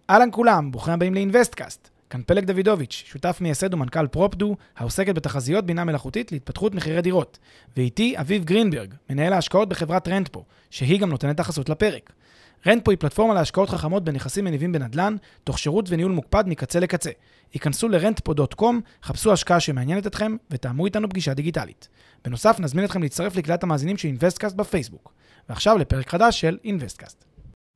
אהלן כולם, ברוכים הבאים לאינבסטקאסט. כאן פלג דוידוביץ', שותף מייסד ומנכ"ל פרופדו, העוסקת בתחזיות בינה מלאכותית להתפתחות מחירי דירות. ואיתי אביב גרינברג, מנהל ההשקעות בחברת רנטפו, שהיא גם נותנת החסות לפרק. רנטפו היא פלטפורמה להשקעות חכמות בנכסים מניבים בנדל"ן, תוך שירות וניהול מוקפד מקצה לקצה. היכנסו ל-rentpo.com, חפשו השקעה שמעניינת אתכם ותאמו איתנו פגישה דיגיטלית. בנוסף, נזמין אתכם להצטרף לקהילת המאזינים של אינבסטקאסט בפייסבוק. ועכשיו לפרק חדש של אינבסטקאסט.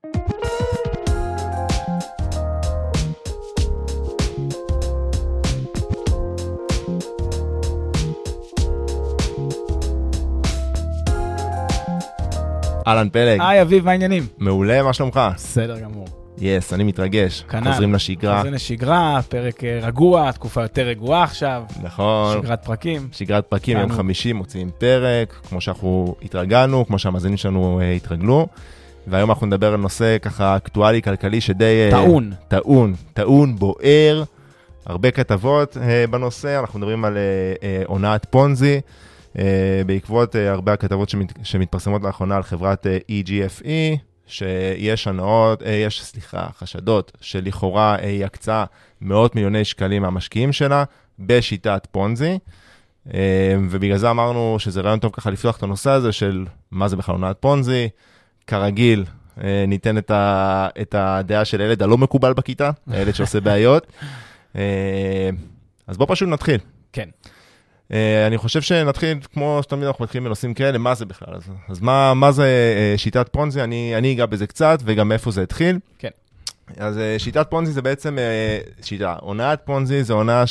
אהלן פלג. היי אביב, מה העניינים? מעולה, מה שלומך? בסדר גמור. יס, אני מתרגש. חוזרים לשגרה. חוזרים לשגרה, פרק רגוע, תקופה יותר רגועה עכשיו. נכון. שגרת פרקים. שגרת פרקים, יום חמישי מוציאים פרק, כמו שאנחנו התרגלנו, כמו שהמאזינים שלנו התרגלו. והיום אנחנו נדבר על נושא ככה אקטואלי, כלכלי, שדי... טעון, בוער. הרבה כתבות בנושא, אנחנו מדברים על הונאת פונזי. בעקבות הרבה הכתבות שמתפרסמות לאחרונה על חברת EGFE, שיש חשדות שלכאורה היא הקצה מאות מיליוני שקלים מהמשקיעים שלה בשיטת פונזי, ובגלל זה אמרנו שזה רעיון טוב ככה לפתוח את הנושא הזה של מה זה בכלל הונאת פונזי. כרגיל ניתן את הדעה של הילד הלא מקובל בכיתה, הילד שעושה בעיות. אז בוא פשוט נתחיל. כן. אני חושב שנתחיל, כמו שתמיד אנחנו מתחילים בנושאים כאלה, מה זה בכלל? אז מה זה שיטת פונזי? אני אגע בזה קצת, וגם איפה זה התחיל. כן. אז שיטת פונזי זה בעצם הונאת פונזי זה הונאה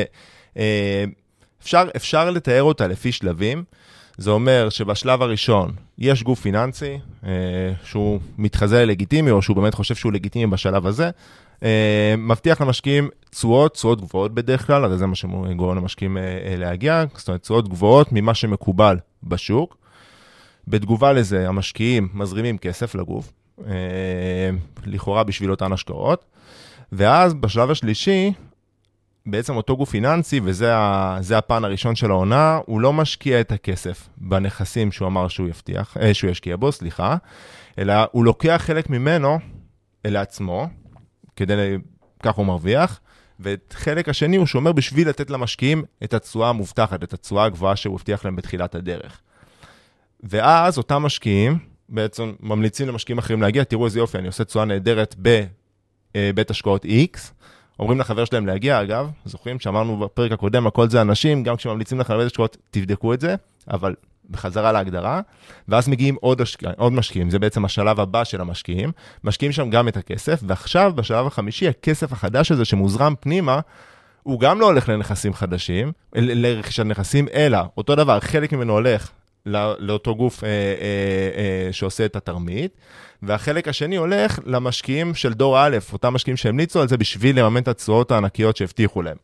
שאפשר לתאר אותה לפי שלבים. זה אומר שבשלב הראשון יש גוף פיננסי, שהוא מתחזה לגיטימי, או שהוא באמת חושב שהוא לגיטימי בשלב הזה, מבטיח למשקיעים תשואות גבוהות בדרך כלל, הרי זה מה שגורם למשקיעים להגיע, זאת אומרת תשואות גבוהות ממה שמקובל בשוק. בתגובה לזה המשקיעים מזרימים כסף לגוף, לכאורה בשביל אותן השקעות, ואז בשלב השלישי, בעצם אותו גוף פיננסי, וזה הפן הראשון של ההונאה, הוא לא משקיע את הכסף בנכסים שהוא אמר שהוא ישקיע בו, אלא הוא לוקח חלק ממנו אל עצמו, כך הוא מרוויח, ואת חלק השני הוא שומר בשביל לתת למשקיעים את התשואה המובטחת, את התשואה הגבוהה שהוא הבטיח להם בתחילת הדרך. ואז אותם משקיעים בעצם ממליצים למשקיעים אחרים להגיע, תראו איזה יופי, אני עושה תשואה נהדרת בבית השקעות X, אומרים לחבר שלהם להגיע, אגב, זוכרים שאמרנו בפרק הקודם, הכל זה אנשים, גם כשממליצים לכם לבית השקעות, תבדקו את זה, אבל בחזרה להגדרה, ואז מגיעים עוד משקיעים, זה בעצם השלב הבא של המשקיעים, משקיעים שם גם את הכסף, ועכשיו בשלב החמישי, הכסף החדש הזה שמוזרם פנימה, הוא גם לא הולך לנכסים חדשים, לרכישת נכסים, אלא אותו דבר, חלק ממנו הולך לאותו גוף שעושה את התרמית, והחלק השני הולך למשקיעים של דור א', אותם משקיעים שהמליצו על זה בשביל לממן את התשואות הענקיות שהבטיחו להם.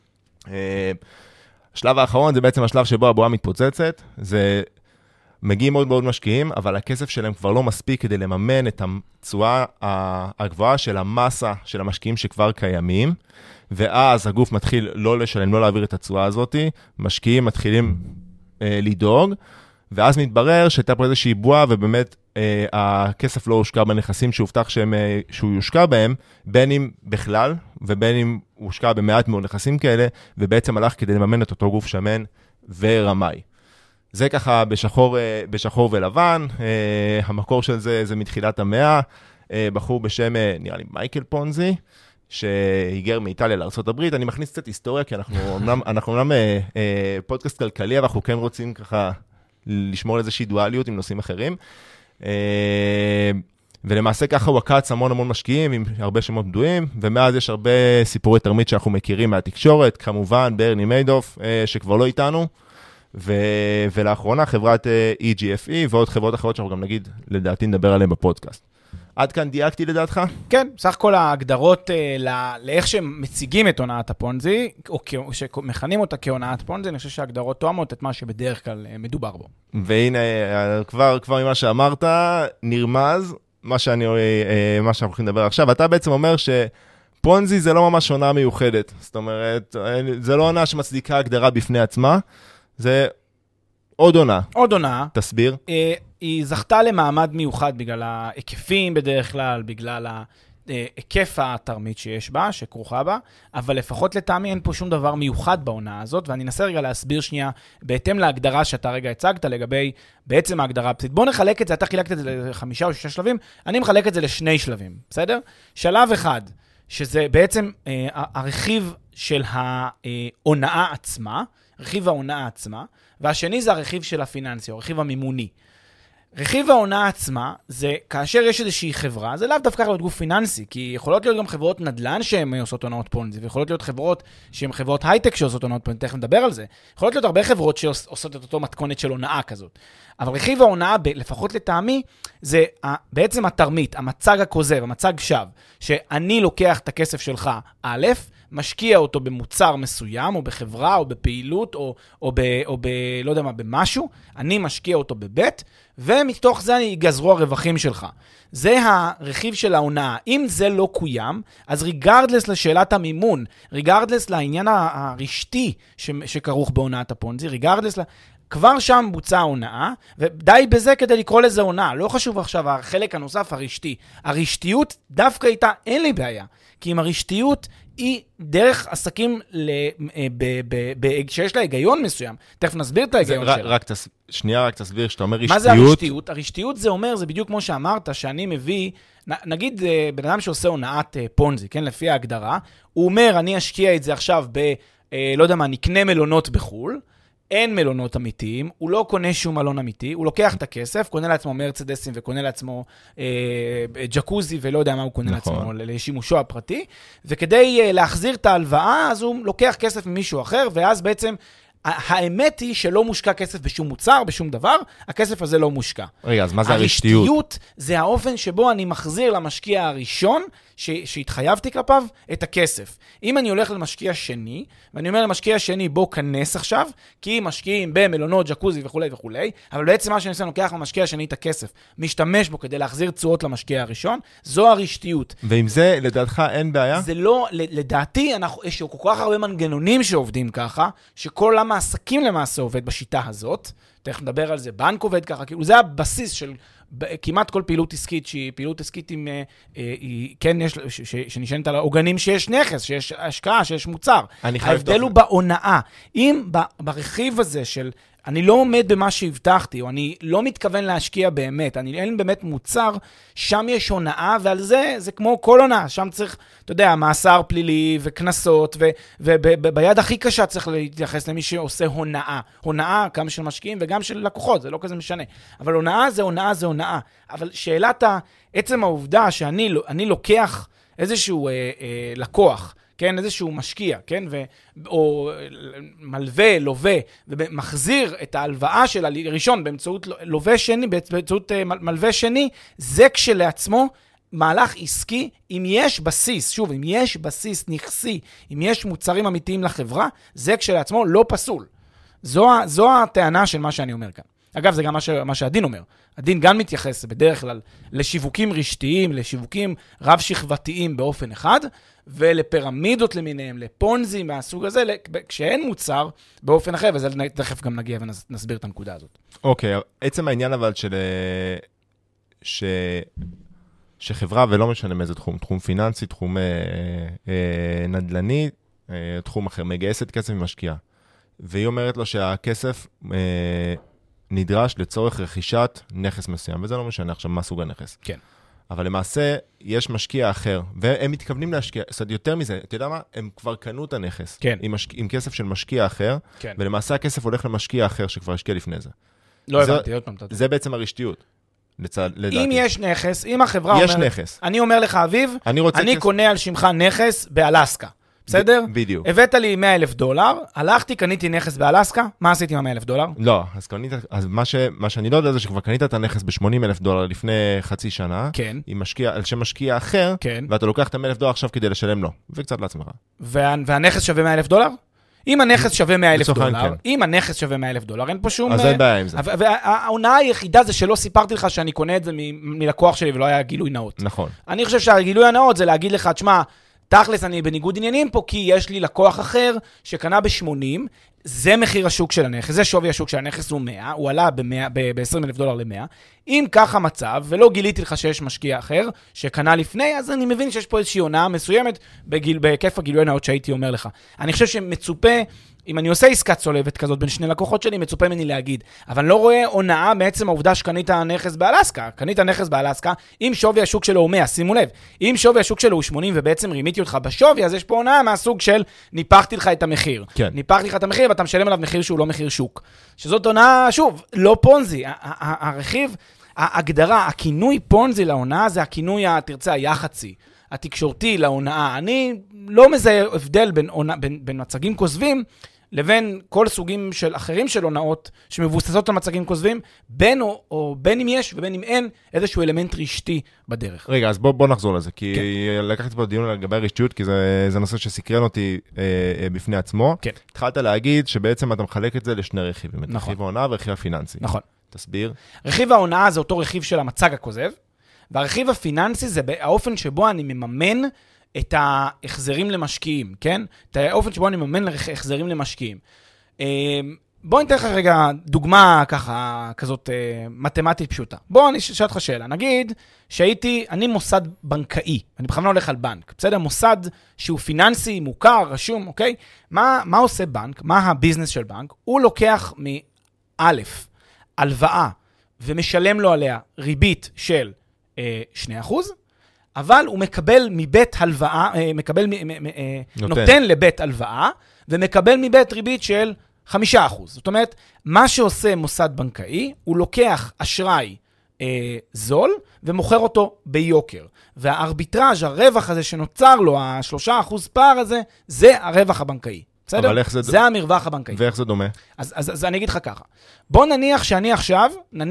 השלב האחרון זה בעצם השלב שבו הבועה מתפוצצת, זה מגיעים מאוד מאוד משקיעים, אבל הכסף שלהם כבר לא מספיק כדי לממן את התשואה הגבוהה של המסה של המשקיעים שכבר קיימים, ואז הגוף מתחיל לא לשלם, לא להעביר את התשואה הזאת, משקיעים מתחילים לדאוג, ואז מתברר שהייתה פה איזושהי בועה, ובאמת הכסף לא הושקע בנכסים שהובטח שהוא יושקע בהם, בין אם בכלל, ובין אם הוא הושקע במעט מאוד נכסים כאלה, ובעצם הלך כדי לממן את אותו גוף שמן ורמאי. זה ככה בשחור ולבן, המקור של זה מתחילת המאה, בחור בשם, נראה לי, מייקל פונזי, שהיגר מאיטליה לארצות הברית. אני מכניס קצת היסטוריה, כי אנחנו אומנם פודקאסט כלכלי, אבל אנחנו כן רוצים ככה לשמור איזושהי דואליות עם נושאים אחרים. ולמעשה ככה הוא עקץ המון משקיעים עם הרבה שמות בדויים, ומאז יש הרבה סיפורי תרמית שאנחנו מכירים מהתקשורת, כמובן ברני מיידוף שכבר לא איתנו, ולאחרונה חברת EGFE ועוד חברות אחרות שאנחנו גם נגיד, לדעתי נדבר עליהן בפודקאסט. עד כאן דייקתי לדעתך? כן, סך כל ההגדרות לאיך שהם מציגים את הונאת הפונזי, או שמכנים אותה כהונאת פונזי, אני חושב שההגדרות תואמות את מה שבדרך כלל מדובר בו. והנה, כבר ממה שאמרת, נרמז, מה שאנחנו הולכים לדבר עכשיו. אתה בעצם אומר שפונזי זה לא ממש הונאה מיוחדת. זאת אומרת, זה לא הונאה שמצדיקה הגדרה בפני עצמה, זה עוד עונה. עוד עונה. תסביר. היא זכתה למעמד מיוחד בגלל ההיקפים בדרך כלל, בגלל היקף התרמית שיש בה, שכרוכה בה, אבל לפחות לטעמי אין פה שום דבר מיוחד בעונה הזאת, ואני אנסה רגע להסביר שנייה, בהתאם להגדרה שאתה רגע הצגת, לגבי בעצם ההגדרה הפסיט. בוא נחלק את זה, אתה חילקת את זה ל5 או 6 שלבים, אני מחלק את זה ל2 שלבים, בסדר? שלב אחד, שזה בעצם הרכיב של ההונאה עצמה, רכיב ההונאה עצמה, והשני זה הרכיב של הפיננסי, או הרכיב המימוני. רכיב ההונאה עצמה זה כאשר יש איזושהי חברה, זה לאו דווקא להיות גוף פיננסי, כי יכולות להיות גם חברות נדל"ן שהן עושות הונאות פונזי, ויכולות להיות חברות שהן חברות הייטק שעושות הונאות פונזי, תכף נדבר על זה. יכולות להיות הרבה חברות שעושות את אותו מתכונת של הונאה כזאת. אבל רכיב ההונאה, לפחות לטעמי, זה בעצם התרמית, המצג הכוזב, המצג שווא, שאני לוקח את הכסף שלך א', משקיע אותו במוצר מסוים, או בחברה, או בפעילות, או לא יודע מה, במשהו, אני משקיע אותו בבית, ומתוך זה יגזרו הרווחים שלך. זה הרכיב של ההונאה. אם זה לא קוים, אז ריגרדלס לשאלת המימון, ריגרדלס לעניין הרשתי שכרוך בהונאת הפונזי, ריגרדלס כבר שם בוצעה הונאה, ודי בזה כדי לקרוא לזה הונאה. לא חשוב עכשיו החלק הנוסף, הרשתי. הרשתיות דווקא איתה אין לי בעיה, כי אם הרשתיות היא דרך עסקים שיש לה היגיון מסוים. תכף נסביר את ההיגיון שלה. שנייה, רק תסביר, שאתה אומר רשתיות. מה זה הרשתיות? הרשתיות זה אומר, זה בדיוק כמו שאמרת, שאני מביא, נגיד בן אדם שעושה הונאת פונזי, כן, לפי ההגדרה, הוא אומר, אני אשקיע את זה עכשיו לא יודע מה, נקנה מלונות בחול, אין מלונות אמיתיים, הוא לא קונה שום מלון אמיתי, הוא לוקח את הכסף, קונה לעצמו מרצדסים וקונה לעצמו ג'קוזי ולא יודע מה הוא קונה לעצמו לשימושו הפרטי, וכדי להחזיר את ההלוואה, אז הוא לוקח כסף ממישהו אחר, ואז בעצם האמת היא שלא מושקע כסף בשום מוצר, בשום דבר, הכסף הזה לא מושקע. רגע, אז מה זה הרשתיות? הרשתיות זה האופן שבו אני מחזיר למשקיע הראשון, שהתחייבתי כלפיו, את הכסף. אם אני הולך למשקיע שני, ואני אומר למשקיע שני, בוא כנס עכשיו, כי משקיעים במלונות, ג'קוזי וכו' וכו', אבל בעצם מה שאני עושה, לוקח למשקיע השני את הכסף, משתמש בו כדי להחזיר תשואות למשקיע הראשון, זו הרשתיות. ועם זה, לדעתך, אין בעיה? זה לא, לדעתי, יש כל כך הרבה מנגנונים שעובדים ככה, שכל עולם העסקים למעשה עובד בשיטה הזאת, תכף נדבר על זה, בנק עובד ככה, כאילו זה הבסיס של כמעט כל פעילות עסקית, שהיא פעילות עסקית עם, כן, שנשענת על העוגנים שיש נכס, שיש השקעה, שיש מוצר. ההבדל הוא בהונאה. אם ברכיב הזה של אני לא עומד במה שהבטחתי, או אני לא מתכוון להשקיע באמת, אין באמת מוצר, שם יש הונאה, ועל זה, זה כמו כל הונאה, שם צריך, אתה יודע, מאסר פלילי וכנסות, וביד הכי קשה צריך להתייחס למי שעושה הונאה. הונאה גם של משקיעים וגם של לקוחות, זה לא כזה משנה. אבל הונאה זה הונאה זה הונאה. אבל שאלת עצם העובדה שאני לוקח איזשהו לקוח, כן, איזשהו משקיע, כן, או מלווה, לווה, ומחזיר את ההלוואה של הראשון באמצעות לווה שני, באמצעות מלווה שני, זה כשלעצמו מהלך עסקי, אם יש בסיס, שוב, אם יש בסיס נכסי, אם יש מוצרים אמיתיים לחברה, זה כשלעצמו לא פסול. זו הטענה של מה שאני אומר כאן. אגב, זה גם מה שהדין אומר. הדין גם מתייחס בדרך כלל לשיווקים רשתיים, לשיווקים רב-שכבתיים באופן אחד, ולפירמידות למיניהם, לפונזים מהסוג הזה, כשאין מוצר באופן אחר, וזה תכף גם נגיע ונסביר את הנקודה הזאת. אוקיי, עצם העניין אבל שחברה, ולא משנה מאיזה תחום, תחום פיננסי, תחום נדל"ני, תחום אחר, מגייסת כסף ומשקיעה. והיא אומרת לו שהכסף נדרש לצורך רכישת נכס מסוים, וזה לא משנה עכשיו מה סוג הנכס. כן. אבל למעשה יש משקיע אחר, והם מתכוונים להשקיע, זאת אומרת, יותר מזה, אתה יודע מה? הם כבר קנו את הנכס, כן. עם כסף של משקיע אחר, כן. ולמעשה הכסף הולך למשקיע אחר שכבר השקיע לפני זה. לא הבנתי, עוד פעם. זה בעצם הרשתיות, לדעתי. אם יש נכס, אם החברה אומרת, יש נכס. אני אומר לך, אביב, אני קונה על שמך נכס באלסקה. בסדר? בדיוק. הבאת לי $100,000, הלכתי, קניתי נכס באלסקה, מה עשיתי עם $100,000? לא, אז מה שאני לא יודע זה שכבר קנית את הנכס $80,000 לפני חצי שנה, כן. על שם משקיע אחר, כן. ואתה לוקח את $100,000 עכשיו כדי לשלם לו, וקצת לעצמך. והנכס שווה $100,000? אם הנכס שווה $100,000, כן. אם הנכס שווה $100,000, אין פה שום... אז אין בעיה עם זה. וההונאה היחידה זה שלא סיפרתי לך שאני קונה את זה מלקוח שלי ולא היה גילוי נאות. נכון. אני חושב שהגילוי הנאות זה להגיד לך, תשמע, תכלס אני בניגוד עניינים פה, כי יש לי לקוח אחר שקנה ב-80, זה מחיר השוק של הנכס, זה שווי השוק של הנכס הוא 100, הוא עלה ב-$20,000 ל-100. אם ככה מצב, ולא גיליתי לך שיש משקיע אחר שקנה לפני, אז אני מבין שיש פה איזושהי הונאה מסוימת בהיקף הגילוי נאות שהייתי אומר לך. אני חושב שמצופה, אם אני עושה עסקת צולבת כזאת בין שני לקוחות שלי, מצופה ממני להגיד. אבל אני לא רואה הונאה בעצם העובדה שקנית נכס באלסקה. קנית נכס באלסקה, אם שווי השוק שלו הוא 100, שימו לב. אם שווי השוק שלו הוא 80 ובעצם רימיתי אותך בשווי, אז יש פה הונאה מהסוג של ניפחתי לך את המחיר. כן. ניפחתי לך את המחיר ואתה משלם עליו מחיר שהוא לא מחיר שוק. שזאת הונאה, שוב, לא פונזי. הרכיב, ההגדרה, הכינוי פונזי להונאה זה הכינוי, תרצה, היחצי. התקשורתי להונאה. אני לא מזהה הבדל בין מצגים כוזבים לבין כל סוגים של אחרים של הונאות שמבוססות על מצגים כוזבים, בין אם יש ובין אם אין איזשהו אלמנט רשתי בדרך. רגע, אז בוא נחזור לזה, כי לקחתי פה דיון לגבי רשתיות, כי זה נושא שסקרן אותי בפני עצמו. כן. התחלת להגיד שבעצם אתה מחלק את זה לשני רכיבים, את רכיב ההונאה ורכיב הפיננסי. נכון. תסביר. רכיב ההונאה זה אותו רכיב של המצג הכוזב, והרכיב הפיננסי זה האופן שבו אני מממן את ההחזרים למשקיעים, כן? את האופן שבו אני מממן החזרים למשקיעים. בוא ניתן לך רגע דוגמה ככה, כזאת מתמטית פשוטה. בוא אני אשאל אותך שאלה. נגיד אני מוסד בנקאי, אני בכוונה הולך על בנק, בסדר? מוסד שהוא פיננסי, מוכר, רשום, אוקיי? מה עושה בנק? מה הביזנס של בנק? הוא לוקח מאלף, הלוואה, ומשלם לו עליה ריבית של 2%, אבל הוא מקבל מבית הלוואה, נותן לבית הלוואה, ומקבל מבית ריבית של 5%. זאת אומרת, מה שעושה מוסד בנקאי, הוא לוקח אשראי זול, ומוכר אותו ביוקר. והארביטראז', הרווח הזה שנוצר לו, 3% פער הזה, זה הרווח הבנקאי. בסדר? אבל איך זה המרווח הבנקאי. ואיך זה דומה? אז אני אגיד לך ככה. בוא נניח שאני עכשיו,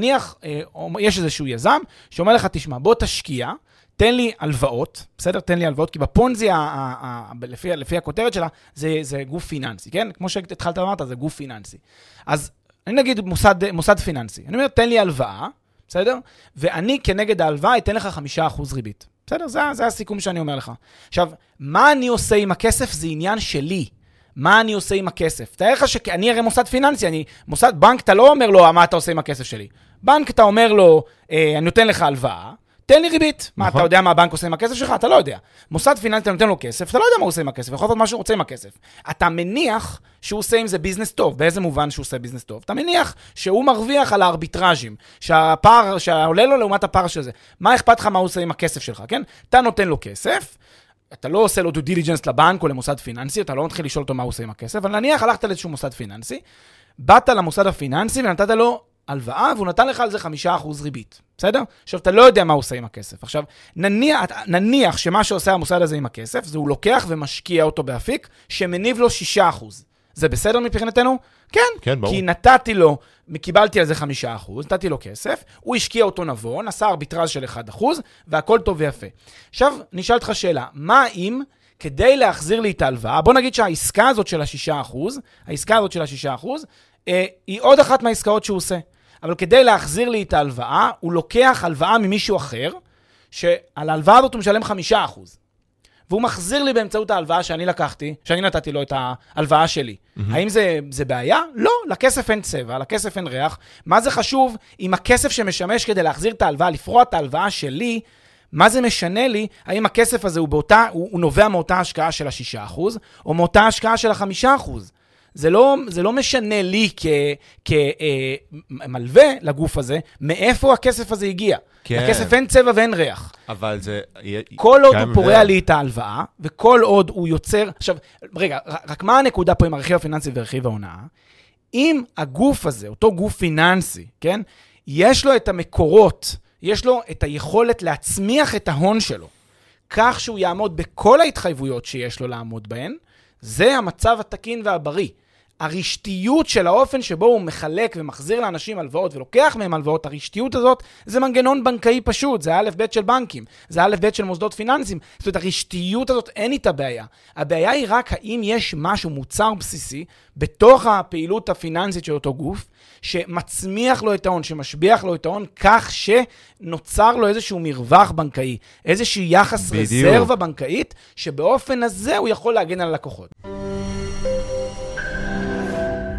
יש איזשהו יזם, שאומר לך, תשמע, בוא תשקיע, תן לי הלוואות, בסדר? תן לי הלוואות, כי בפונזי, לפי הכותרת שלה, זה גוף פיננסי, כן? כמו שהתחלת ואמרת, זה גוף פיננסי. אז אני נגיד מוסד פיננסי. אני אומר, תן לי הלוואה, בסדר? ואני כנגד ההלוואה אתן לך 5% ריבית. בסדר? זה הסיכום שאני אומר לך. עכשיו, מה אני עושה עם הכסף? זה עניין שלי. מה אני עושה עם הכסף? תאר לך שאני הרי מוסד פיננסי, בנק אתה לא אומר לו, מה אתה עושה עם הכסף שלי? בנק אתה אומר לו, אני נותן לך הלוואה, תן לי ריבית. מה, אתה יודע מה הבנק עושה עם הכסף שלך? אתה לא יודע. מוסד פיננסי, אתה נותן לו כסף, אתה לא יודע מה הוא עושה עם הכסף, יכול להיות מה שהוא רוצה עם הכסף. אתה מניח שהוא עושה עם זה ביזנס טוב. באיזה מובן שהוא עושה ביזנס טוב? אתה מניח שהוא מרוויח על הארביטראז'ים, שהפער, שעולה לו לעומת הפער של זה. מה אכפת לך מה הוא עושה עם הכסף שלך, כן? אתה נותן לו כסף, אתה לא עושה לו due diligence לבנק או למוסד פיננסי, אתה לא מתחיל לשאול אותו מה הוא עושה עם הכסף, אבל נניח הלכת לאיזשהו מוסד פיננסי, באת למוסד הפיננסי ונתת לו הלוואה, והוא נתן לך על זה 5% ריבית. בסדר? עכשיו, אתה לא יודע מה הוא עושה עם הכסף. עכשיו, נניח שמה שעושה המוסד הזה עם הכסף, זה הוא לוקח ומשקיע אותו באפיק, שמניב לו 6%. זה בסדר מבחינתנו? כן. כן, ברור. כי נתתי לו, קיבלתי על זה 5%, נתתי לו כסף, הוא השקיע אותו נבון, עשה ארביטראז' של 1%, והכל טוב ויפה. עכשיו, נשאל אותך שאלה, מה אם כדי להחזיר לי את ההלוואה, בוא נגיד שהעסקה הזאת של ה6%, היא עוד אחת מהעסקאות שהוא עושה. אבל כדי להחזיר לי את ההלוואה, הוא לוקח הלוואה ממישהו אחר, שעל ההלוואה הזאת הוא משלם 5%. והוא מחזיר לי באמצעות ההלוואה שאני לקחתי, שאני נתתי לו את ההלוואה שלי. האם זה בעיה? לא, לכסף אין צבע, לכסף אין ריח. מה זה חשוב? אם הכסף שמשמש כדי להחזיר את ההלוואה, לפרוע את ההלוואה שלי, מה זה משנה לי? האם הכסף הזה הוא נובע מאותה השקעה של 6%, או מאותה השקעה של 5%? זה לא משנה לי כמלווה לגוף הזה, מאיפה הכסף הזה הגיע. כן. הכסף אין צבע ואין ריח. אבל זה... כל עוד הוא פורע לי את ההלוואה, וכל עוד הוא יוצר... עכשיו, רגע, רק מה הנקודה פה עם הרכיב הפיננסי ורכיב ההונאה? אם הגוף הזה, אותו גוף פיננסי, כן? יש לו את המקורות, יש לו את היכולת להצמיח את ההון שלו, כך שהוא יעמוד בכל ההתחייבויות שיש לו לעמוד בהן, זה המצב התקין והבריא. הרשתיות של האופן שבו הוא מחלק ומחזיר לאנשים הלוואות ולוקח מהם הלוואות, הרשתיות הזאת זה מנגנון בנקאי פשוט, זה א' ב' של בנקים, זה א' ב' של מוסדות פיננסיים. זאת אומרת, הרשתיות הזאת אין איתה בעיה. הבעיה היא רק האם יש משהו מוצר בסיסי בתוך הפעילות הפיננסית של אותו גוף, שמצמיח לו את ההון, שמשביח לו את ההון, כך שנוצר לו איזשהו מרווח בנקאי, איזשהו יחס רזרבה בנקאית, שבאופן הזה הוא יכול להגן על הלקוחות.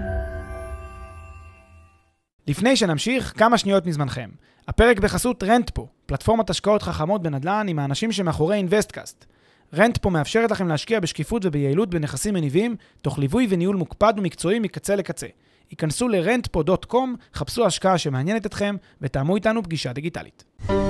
לפני שנמשיך, כמה שניות מזמנכם. הפרק בחסות רנטפו, פלטפורמת השקעות חכמות בנדל"ן עם האנשים שמאחורי אינבסטקאסט. רנטפו מאפשרת לכם להשקיע בשקיפות וביעילות בנכסים מניבים, תוך ליווי וניהול מוקפד ומקצועי מקצה לקצה. היכנסו ל-rentpo.com, חפשו השקעה שמעניינת אתכם ותאמו איתנו פגישה דיגיטלית.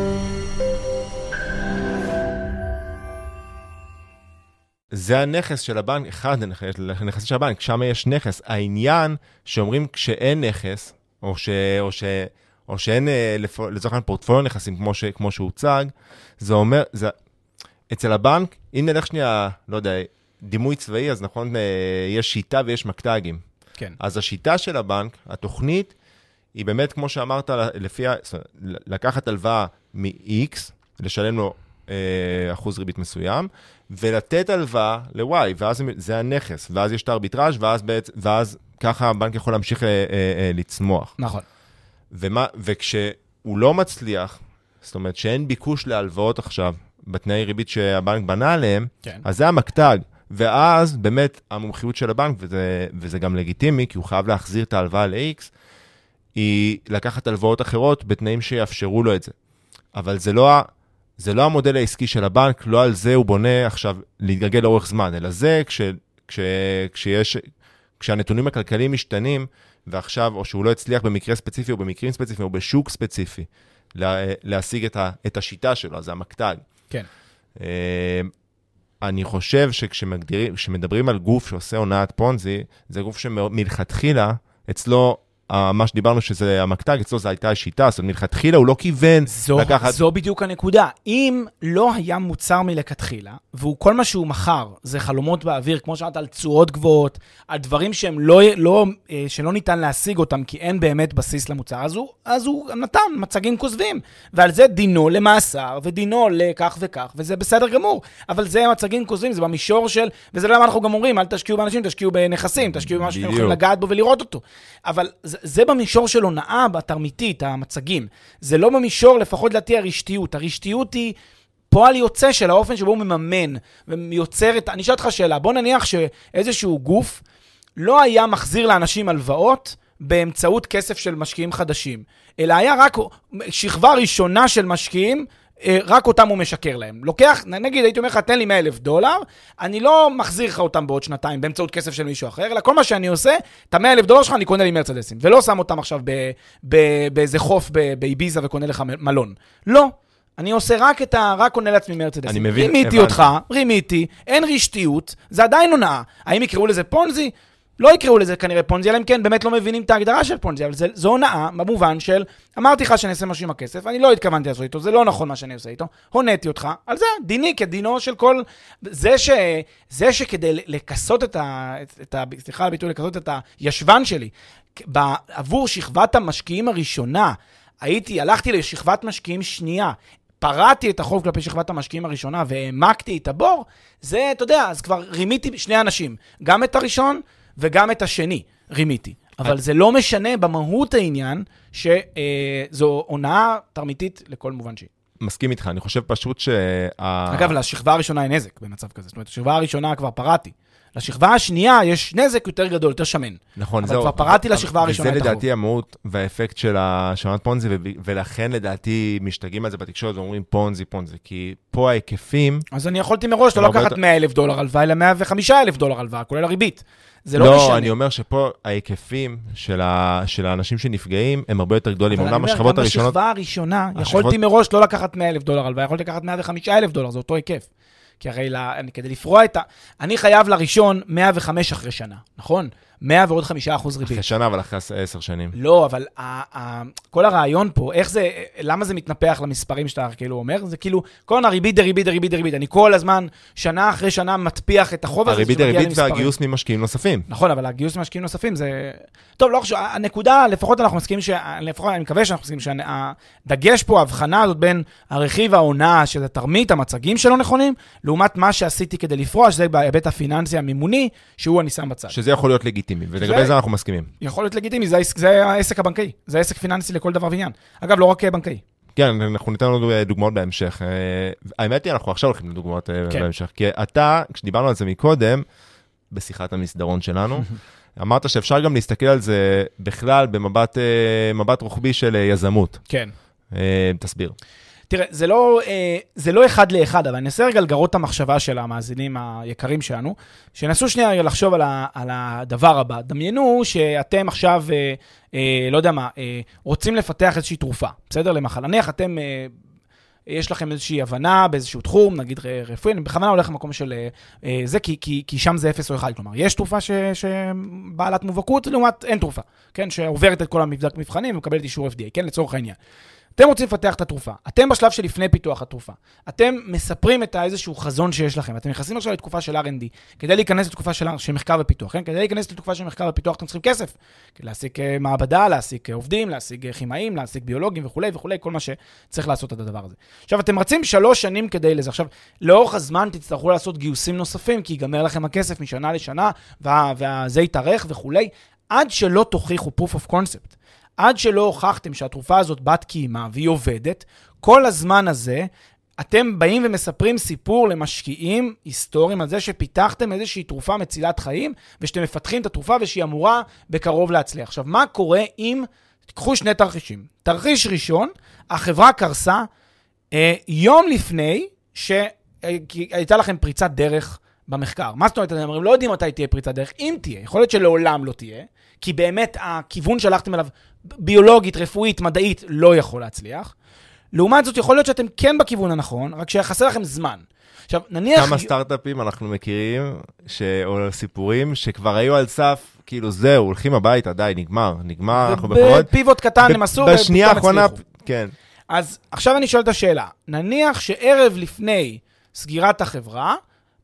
זה הנכס של הבנק, אחד הנכסים של הבנק, שם יש נכס. העניין שאומרים כשאין נכס, או שאין לצורך העניין פורטפוליו נכסים כמו שהוצג, זה אומר, אצל הבנק, אם נלך שנייה, לא יודע, דימוי צבאי, אז נכון, יש שיטה ויש מקטגים. כן. אז השיטה של הבנק, התוכנית, היא באמת, כמו שאמרת, לקחת הלוואה מ-X, לשלם לו אחוז ריבית מסוים, ולתת הלוואה ל-Y, ואז זה הנכס, ואז יש את הארביטראז' ואז ככה הבנק יכול להמשיך לצמוח. נכון. וכשהוא לא מצליח, זאת אומרת שאין ביקוש להלוואות עכשיו, בתנאי ריבית שהבנק בנה עליהם, כן. אז זה המקטג. ואז באמת המומחיות של הבנק, וזה גם לגיטימי, כי הוא חייב להחזיר את ההלוואה ל-X, היא לקחת הלוואות אחרות בתנאים שיאפשרו לו את זה. אבל זה לא המודל העסקי של הבנק, לא על זה הוא בונה עכשיו להתגלגל לאורך זמן, אלא זה כשהנתונים הכלכליים משתנים, ועכשיו, או שהוא לא הצליח במקרה ספציפי, או במקרים ספציפיים, או בשוק ספציפי, להשיג את השיטה שלו, זה המקטג. כן. אני חושב שכשמדברים על גוף שעושה הונאת פונזי, זה גוף שמלכתחילה, אצלו, מה שדיברנו שזה המקטג, אצלו זה הייתה השיטה, זאת אומרת, מלכתחילה הוא לא כיוון לקחת... זו בדיוק הנקודה. אם לא היה מוצר מלכתחילה, והוא כל מה שהוא מחר, זה חלומות באוויר, כמו שאמרת, על צורות גבוהות, על דברים שהם שלא ניתן להשיג אותם, כי אין באמת בסיס למוצר, אז הוא נתן מצגים כוזבים, ועל זה דינו למאסר, ודינו לכך וכך, וזה בסדר גמור, אבל זה מצגים כוזבים, זה במישור של, וזה למה אנחנו גם אומרים, אל תשקיעו באנשים, תשקיעו בנכסים, תשקיעו במה שאתם יכולים לגעת בו ולראות אותו. אבל זה במישור של הונאה בתרמיתית, המצגים. זה לא במישור, לפחות לדעתי, הרשתיות. הרשתיות היא פועל יוצא של האופן שבו הוא מממן, ויוצר את... אני אשאל אותך שאלה, בוא נניח שאיזשהו גוף לא היה מחזיר לאנשים הלוואות באמצעות כסף של משקיעים חדשים, אלא היה רק שכבה ראשונה של משקיעים, רק אותם הוא משקר להם. לוקח, נגיד, הייתי אומר לך, תן לי $100,000, אני לא מחזיר לך אותם בעוד שנתיים באמצעות כסף של מישהו אחר, אלא כל מה שאני עושה, את $100,000 שלך אני קונה לי מרצדסים, ולא שם אותם עכשיו באיזה חוף באיביזה וקונה לך מלון. לא. אני עושה רק קונה לעצמי מרצדסים. אני מבין. רימיתי אותך, אין רשתיות, זה עדיין הונאה. האם יקראו לזה פונזי? לא יקראו לזה כנראה פונזי, אלא אם כן באמת לא מבינים את ההגדרה של פונזי, אבל זו הונאה במובן של, אמרתי לך שאני אעשה משהו עם הכסף, אני לא התכוונתי לעשות איתו, זה לא נכון מה שאני עושה איתו, הונאתי אותך, על זה דיני כדינו של כל, זה שכדי לקסות סליחה על הביטוי, לקסות את הישבן שלי, עבור שכבת המשקיעים הראשונה, הלכתי לשכבת משקיעים שנייה, פרעתי את החוב כלפי שכבת המשקיעים הראשונה, והעמקתי את הבור, זה, אתה יודע, אז כבר רימיתי שני אנשים, גם את הראשון, וגם את השני רימיתי. אבל זה לא משנה במהות העניין שזו הונאה תרמיתית לכל מובן שהיא. מסכים איתך, אני חושב פשוט אגב, לשכבה הראשונה אין נזק במצב כזה. זאת אומרת, לשכבה הראשונה כבר פרעתי. לשכבה השנייה יש נזק יותר גדול, יותר שמן. נכון, אבל כבר פרעתי לשכבה הראשונה את החוב. וזה לדעתי המהות והאפקט של השעונת פונזי, ולכן לדעתי משתגעים על זה בתקשורת ואומרים פונזי, כי פה ההיקפים... אז אני יכולתי מראש לא לקחת $100,000 הלוואה, אלא $105,000 הלוואה, כולל הריבית. זה לא משנה. לא, אני אומר שפה ההיקפים של האנשים שנפגעים הם הרבה יותר גדולים. אבל אני אומר, גם בשכבה הראשונה יכולתי מראש לא לקחת $100,000 הלוואה, יכולתי לקחת $105,000, זה אותו היקף. כי הרי כדי לפרוע אני חייב לראשון 105 אחרי שנה, נכון? 100 ועוד 5% ריבית. אחרי שנה, אבל אחרי 10 שנים. לא, אבל כל הרעיון פה, למה זה מתנפח למספרים שאתה כאילו אומר? זה כאילו, כל הריבית, אני כל הזמן, שנה אחרי שנה, מטפיח את החוב הזה. הריבית והגיוס ממשקיעים נוספים. נכון, אבל הגיוס ממשקיעים נוספים זה... טוב, לא חשוב, הנקודה, לפחות אנחנו מסכימים לפחות אני מקווה שאנחנו מסכימים שהדגש פה, ההבחנה הזאת בין הרכיב ההונאה, שזה תרמית, המצגים שלו נכונים, לעומת מה שעשיתי כדי לפרוע, שזה בהיבט הפיננסי המימוני, שהוא אני שם בצד. שזה יכול להיות לגיטימי, ולגבי זה אנחנו מסכימים. יכול להיות לגיטימי, זה העסק הבנקאי, זה העסק פיננסי לכל דבר ועניין. אגב, לא רק בנקאי. כן, אנחנו ניתן לנו דוגמאות בהמשך. האמת היא, אנחנו עכשיו הולכים לדוגמאות בהמשך, כי אתה, כשדיברנו על זה מקודם, בשיחת המסדרון שלנו. אמרת שאפשר גם להסתכל על זה בכלל במבט רוחבי של יזמות. כן. תסביר. תראה, זה לא אחד לאחד, אבל אני אנסה רגע לגרות את המחשבה של המאזינים היקרים שלנו, שנסו שנייה רגע לחשוב על הדבר הבא. דמיינו שאתם עכשיו, לא יודע מה, רוצים לפתח איזושהי תרופה, בסדר? למחלה. נניח אתם, יש לכם איזושהי הבנה באיזשהו תחום, נגיד רפואי, אני בכוונה הולך למקום של זה, כי שם זה 0 או 1. כלומר, יש תרופה שבעלת מובהקות, לעומת אין תרופה, כן? שעוברת את כל המבחנים ומקבלת אישור FDA, כן? לצורך העניין. אתם רוצים לפתח את התרופה, אתם בשלב שלפני פיתוח התרופה, אתם מספרים את איזשהו חזון שיש לכם, אתם נכנסים עכשיו לתקופה של R&D, כדי להיכנס לתקופה של מחקר ופיתוח, כן? כדי להיכנס לתקופה של מחקר ופיתוח אתם צריכים כסף, להשיג מעבדה, להשיג עובדים, להשיג כימאים, להשיג ביולוגים וכו' וכו', כל מה שצריך לעשות את הדבר הזה. עכשיו, אתם רצים 3 שנים כדי לזה, עכשיו, לאורך הזמן תצטרכו לעשות גיוסים נוספים, כי ייגמר לכם הכסף משנה לשנה, וזה יתארך וכו', עד שלא תוכיחו proof of concept. עד שלא הוכחתם שהתרופה הזאת בת קיימה והיא עובדת, כל הזמן הזה אתם באים ומספרים סיפור למשקיעים היסטוריים על זה שפיתחתם איזושהי תרופה מצילת חיים, ושאתם מפתחים את התרופה ושהיא אמורה בקרוב להצליח. עכשיו, מה קורה אם, תקחו 2 תרחישים. תרחיש ראשון, החברה קרסה יום לפני שהייתה לכם פריצת דרך במחקר. מה זאת אומרת? אתם אומרים, לא יודעים מתי תהיה פריצת דרך, אם תהיה, יכול להיות שלעולם לא תהיה, כי באמת הכיוון שהלכתם אליו ביולוגית, רפואית, מדעית, לא יכול להצליח. לעומת זאת, יכול להיות שאתם כן בכיוון הנכון, רק שיחסר לכם זמן. עכשיו, נניח... כמה סטארט-אפים אנחנו מכירים, או סיפורים, שכבר היו על סף, כאילו זהו, הולכים הביתה, די, נגמר, אנחנו בחורות. בפיבוט קטן הם עשו, בשנייה האחרונה, כן. אז עכשיו אני שואל את השאלה, נניח שערב לפני סגירת החברה,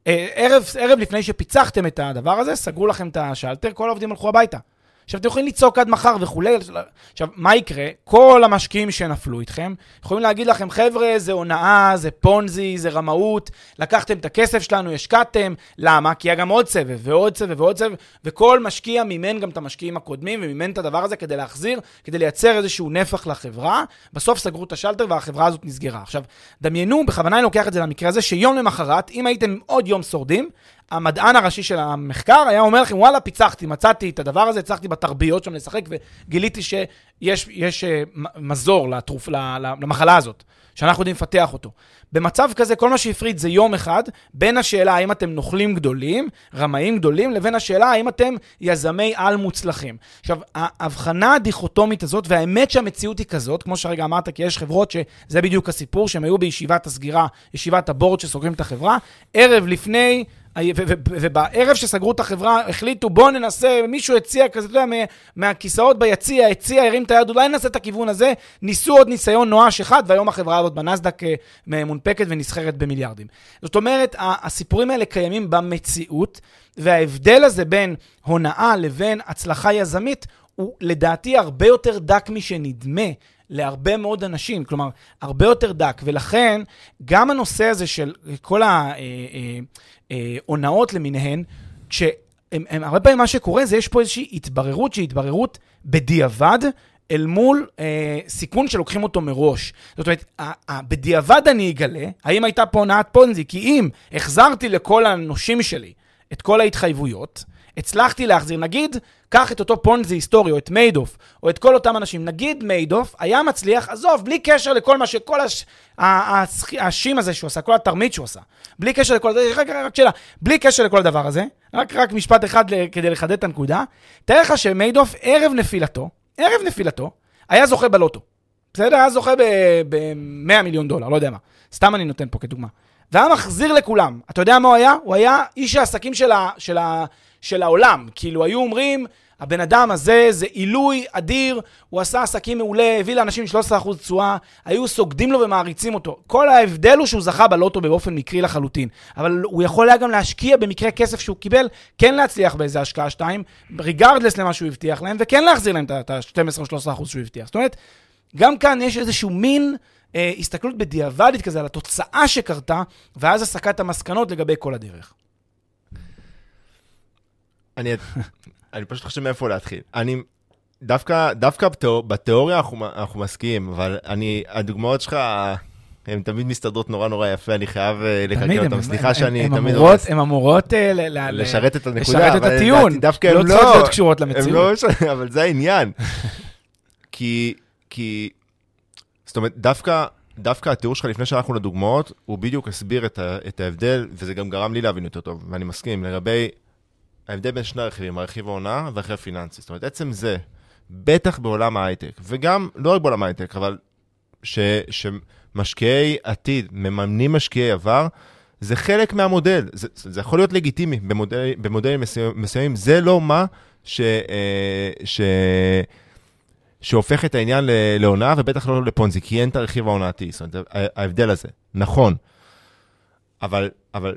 ערב לפני שפיצחתם את הדבר הזה, סגרו לכם את השלטר, כל העובדים הלכו הביתה. עכשיו, אתם יכולים לצעוק עד מחר וכולי. עכשיו, מה יקרה? כל המשקיעים שנפלו איתכם, יכולים להגיד לכם, חבר'ה, זה הונאה, זה פונזי, זה רמאות, לקחתם את הכסף שלנו, השקעתם. למה? כי היה גם עוד סבב, ועוד סבב, ועוד סבב, וכל משקיע מימן גם את המשקיעים הקודמים, ומימן את הדבר הזה כדי להחזיר, כדי לייצר איזשהו נפח לחברה. בסוף סגרו את השלטר, והחברה הזאת נסגרה. עכשיו, דמיינו, בכוונה אני לוקח את זה למקרה הזה, שיום למחרת, אם הייתם עוד יום שורדים, המדען הראשי של המחקר היה אומר לכם, וואלה, פיצחתי, מצאתי את הדבר הזה, הצלחתי בתרביות שם לשחק, וגיליתי שיש מזור למחלה הזאת, שאנחנו יודעים לפתח אותו. במצב כזה, כל מה שהפריד זה יום אחד, בין השאלה האם אתם נוכלים גדולים, רמאים גדולים, לבין השאלה האם אתם יזמי על מוצלחים. עכשיו, ההבחנה הדיכוטומית הזאת, והאמת שהמציאות היא כזאת, כמו שהרגע אמרת, כי יש חברות שזה בדיוק הסיפור, שהם היו בישיבת הסגירה, ישיבת הבורד שסוגרים את החברה, ערב לפני... ובערב שסגרו את החברה, החליטו, בוא ננסה, מישהו הציע כזה, אתה יודע, מהכיסאות ביציע, הרים את היד, אולי ננסה את הכיוון הזה, ניסו עוד ניסיון נואש אחד, והיום החברה הזאת בנסדק מונפקת ונסחרת במיליארדים. זאת אומרת, הסיפורים האלה קיימים במציאות, וההבדל הזה בין הונאה לבין הצלחה יזמית, הוא לדעתי הרבה יותר דק משנדמה, להרבה מאוד אנשים, כלומר, הרבה יותר דק, ולכן גם הנושא הזה של כל העונאות למיניהן, הרבה פעמים מה שקורה זה יש פה איזושהי התבררות, שהיא התבררות בדיעבד, אל מול סיכון שלוקחים אותו מראש. זאת אומרת, בדיעבד אני אגלה, האם הייתה פה הונאת פונזי, כי אם החזרתי לכל הנושים שלי את כל ההתחייבויות, הצלחתי להחזיר, נגיד, קח את אותו פונזי היסטורי, או את מיידוף, או את כל אותם אנשים, נגיד מיידוף, היה מצליח, עזוב, בלי קשר לכל מה שכל השים הזה שהוא עשה, כל התרמית שהוא עשה, בלי קשר לכל, רק שאלה, בלי קשר לכל הדבר הזה, רק משפט אחד כדי לחדד את הנקודה, תאר לך שמיידוף, ערב נפילתו, היה זוכה בלוטו, בסדר? היה זוכה ב$100 מיליון, לא יודע מה, סתם אני נותן פה כדוגמה, והיה מחזיר לכולם, אתה יודע מה הוא היה? הוא היה איש העסקים של העולם, כאילו היו אומרים, הבן אדם הזה זה עילוי אדיר, הוא עשה עסקים מעולה, הביא לאנשים 13% תשואה, היו סוגדים לו ומעריצים אותו. כל ההבדל הוא שהוא זכה בלוטו באופן מקרי לחלוטין, אבל הוא יכול היה גם להשקיע במקרה כסף שהוא קיבל, כן להצליח באיזה השקעה 2, ריגרדלס למה שהוא הבטיח להם, וכן להחזיר להם את ה-12-13% שהוא הבטיח. זאת אומרת, גם כאן יש איזשהו מין הסתכלות בדיעבדית כזה על התוצאה שקרתה, ואז הסקת המסקנות לגבי כל הדרך. אני פשוט חושב מאיפה להתחיל. דווקא בתיאוריה אנחנו מסכימים, אבל הדוגמאות שלך הן תמיד מסתדרות נורא יפה, אני חייב לקרקר אותם. סליחה שאני תמיד... הן אמורות לשרת את הנקודה. לשרת את הטיעון. דווקא הן לא צריכות להיות קשורות למציאות. אבל זה העניין. כי... זאת אומרת, דווקא התיאור שלך לפני שהלכנו לדוגמאות, הוא בדיוק הסביר את ההבדל, וזה גם גרם לי להבין יותר טוב, ואני מסכים, לגבי ההבדל בין שני הרכיבים, הרכיב ההונאה והרכיב הפיננסי. זאת אומרת, עצם זה, בטח בעולם ההייטק, וגם לא רק בעולם ההייטק, אבל שמשקיעי עתיד מממנים משקיעי עבר, זה חלק מהמודל. זה יכול להיות לגיטימי במודלים מסוימים. זה לא מה שהופך את העניין להונאה, ובטח לא לפונזי, כי אין את הרכיב ההונאתי. זאת אומרת, ההבדל הזה. נכון. אבל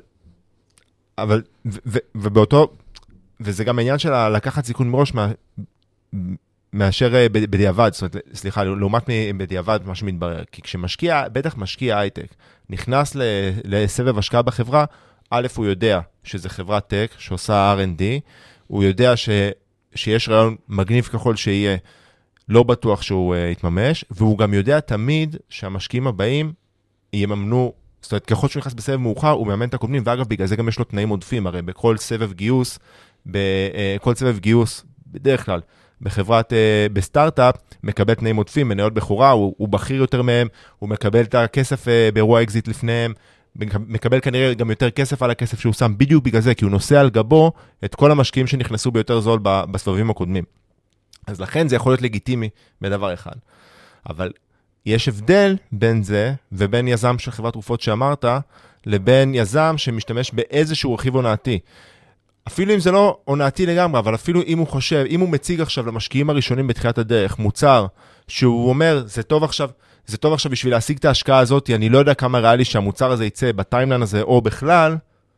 ובאותו, וזה גם העניין של לקחת סיכון מראש מאשר בדיעבד, זאת אומרת, סליחה, לעומת בדיעבד מה שמתברר, כי כשמשקיע, בטח משקיע הייטק, נכנס לסבב השקעה בחברה, א', הוא יודע שזה חברת טק שעושה R&D, הוא יודע שיש רעיון מגניב ככל שיהיה, לא בטוח שהוא יתממש, והוא גם יודע תמיד שהמשקיעים הבאים יממנו, זאת אומרת, ככל שהוא נכנס בסבב מאוחר, הוא מאמן את הקודמים, ואגב, בגלל זה גם יש לו תנאים עודפים, הרי בכל סבב גיוס, בדרך כלל, בסטארט-אפ, מקבל תנאים עודפים, מניות בחורה, הוא בכיר יותר מהם, הוא מקבל את הכסף באירוע אקזיט לפניהם, מקבל כנראה גם יותר כסף על הכסף שהוא שם, בדיוק בגלל זה, כי הוא נושא על גבו את כל המשקיעים שנכנסו ביותר זול בסבבים הקודמים. אז לכן זה יכול להיות לגיטימי בדבר אחד. אבל יש הבדל בין זה, ובין יזם של חברת תרופות שאמרת, לבין יזם שמשתמש באיזשהו רכיב הונאתי. אפילו אם זה לא הונאתי לגמרי, אבל אפילו אם הוא חושב, אם הוא מציג עכשיו למשקיעים הראשונים בתחילת הדרך, מוצר שהוא אומר, זה טוב עכשיו בשביל להשיג את ההשקעה הזאת, אני לא יודע כמה ריאלי שהמוצר הזה יצא בטיימליין הזה או בכלל,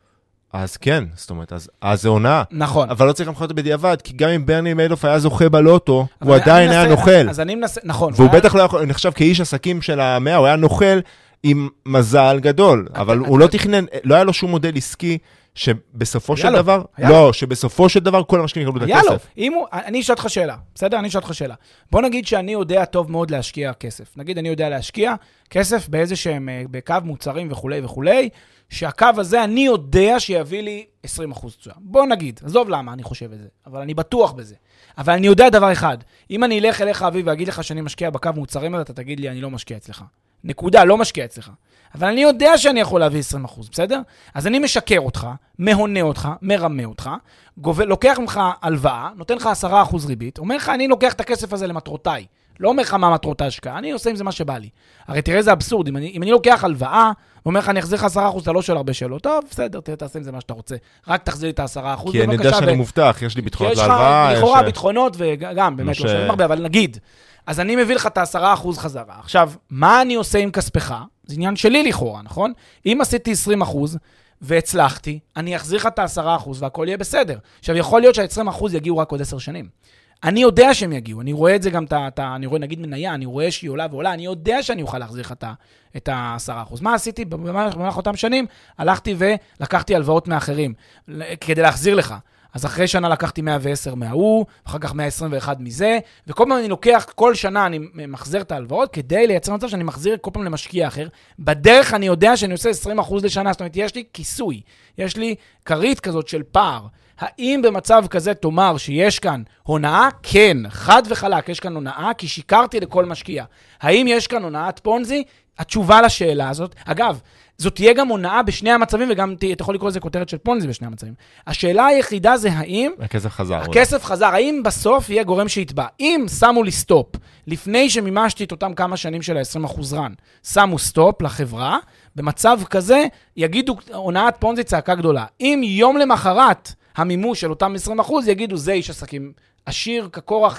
אז כן, זאת אומרת, אז זה הונאה. נכון. אבל לא צריך למחוא אותו בדיעבד, כי גם אם ברני מיידוף היה זוכה בלוטו, הוא עדיין היה נוכל. אז אני מנסה, נכון. והוא בטח לא יכול, נחשב כאיש עסקים של המאה, הוא היה נוכל עם מזל גדול, אבל הוא לא תכנן, לא היה לו שום מודל עסקי, שבסופו של דבר, לא, שבסופו של דבר כל המשקיעים יקבלו את הכסף. אני אשאל אותך שאלה, בסדר? אני אשאל אותך שאלה. בוא נגיד שאני יודע טוב מאוד להשקיע כסף. נגיד אני יודע להשקיע כסף באיזה שהם, בקו מוצרים וכו', שהקו הזה אני יודע שיביא לי 20% תשואה. בוא נגיד, עזוב למה אני חושב את זה, אבל אני בטוח בזה. אבל אני יודע דבר אחד, אם אני אלך אליך אביב ואגיד לך שאני משקיע בקו מוצרים הזה, אתה תגיד לי אני לא משקיע אצלך. נקודה, לא משקיע אצלך. אבל אני יודע שאני יכול להביא 20%, בסדר? אז אני משקר אותך, מהונה אותך, מרמה אותך, לוקח ממך הלוואה, נותן לך 10% ריבית, אומר לך, אני לוקח את הכסף הזה למטרותיי. לא אומר לך מה מטרות ההשקעה, אני עושה עם זה מה שבא לי. הרי תראה, זה אבסורד, אם אני לוקח הלוואה, אומר לך, אני אחזיר לך 10%, אתה לא שואל הרבה שאלות, טוב, בסדר, תעשה עם זה מה שאתה רוצה. רק תחזיר לי את ה10%. כי אני יודע שאני מובטח, יש לי ביטחונות להלוואה. יש לך לכאורה ביטחונות, וגם, באמת לא שואלים הרבה, אבל נגיד. אז אני מביא לך את ה10% חזרה. עכשיו, מה אני עושה עם כספך? זה עניין שלי לכאורה, נכון? אם עשיתי 20% והצלחתי, אני אחזיר לך את ה10% והכל יהיה בסדר. עכשיו, יכול להיות שה-20% יגיעו רק עוד 10 שנים. אני יודע שהם יגיעו, אני רואה את זה גם, אני רואה נגיד מניה, אני רואה שהיא עולה ועולה, אני יודע שאני אוכל להחזיר לך את ה10%. מה עשיתי במהלך אותם שנים? הלכתי ולקחתי הלוואות מאחרים, כדי להחזיר לך. אז אחרי שנה לקחתי 110 מההוא, אחר כך 121 מזה, וכל פעם אני לוקח, כל שנה אני מחזיר את ההלוואות, כדי לייצר מצב שאני מחזיר כל פעם למשקיע אחר. בדרך אני יודע שאני עושה 20% לשנה, זאת אומרת, יש לי כיסוי, יש לי קרית כזאת של פער. האם במצב כזה תאמר שיש כאן הונאה? כן, חד וחלק, יש כאן הונאה, כי שיקרתי לכל משקיע. האם יש כאן הונאת פונזי? התשובה לשאלה הזאת, אגב, זאת תהיה גם הונאה בשני המצבים, וגם אתה יכול לקרוא לזה כותרת של פונזי בשני המצבים. השאלה היחידה זה האם... הכסף חזר. האם בסוף יהיה גורם שיתבע? אם שמו לי סטופ, לפני שמימשתי את אותם כמה שנים של ה-20% רן, שמו סטופ לחברה, במצב כזה יגידו הונאת פונזי צעקה גדולה. אם יום למחרת המימוש של אותם 20% יגידו זה איש עסקים עשיר כקורח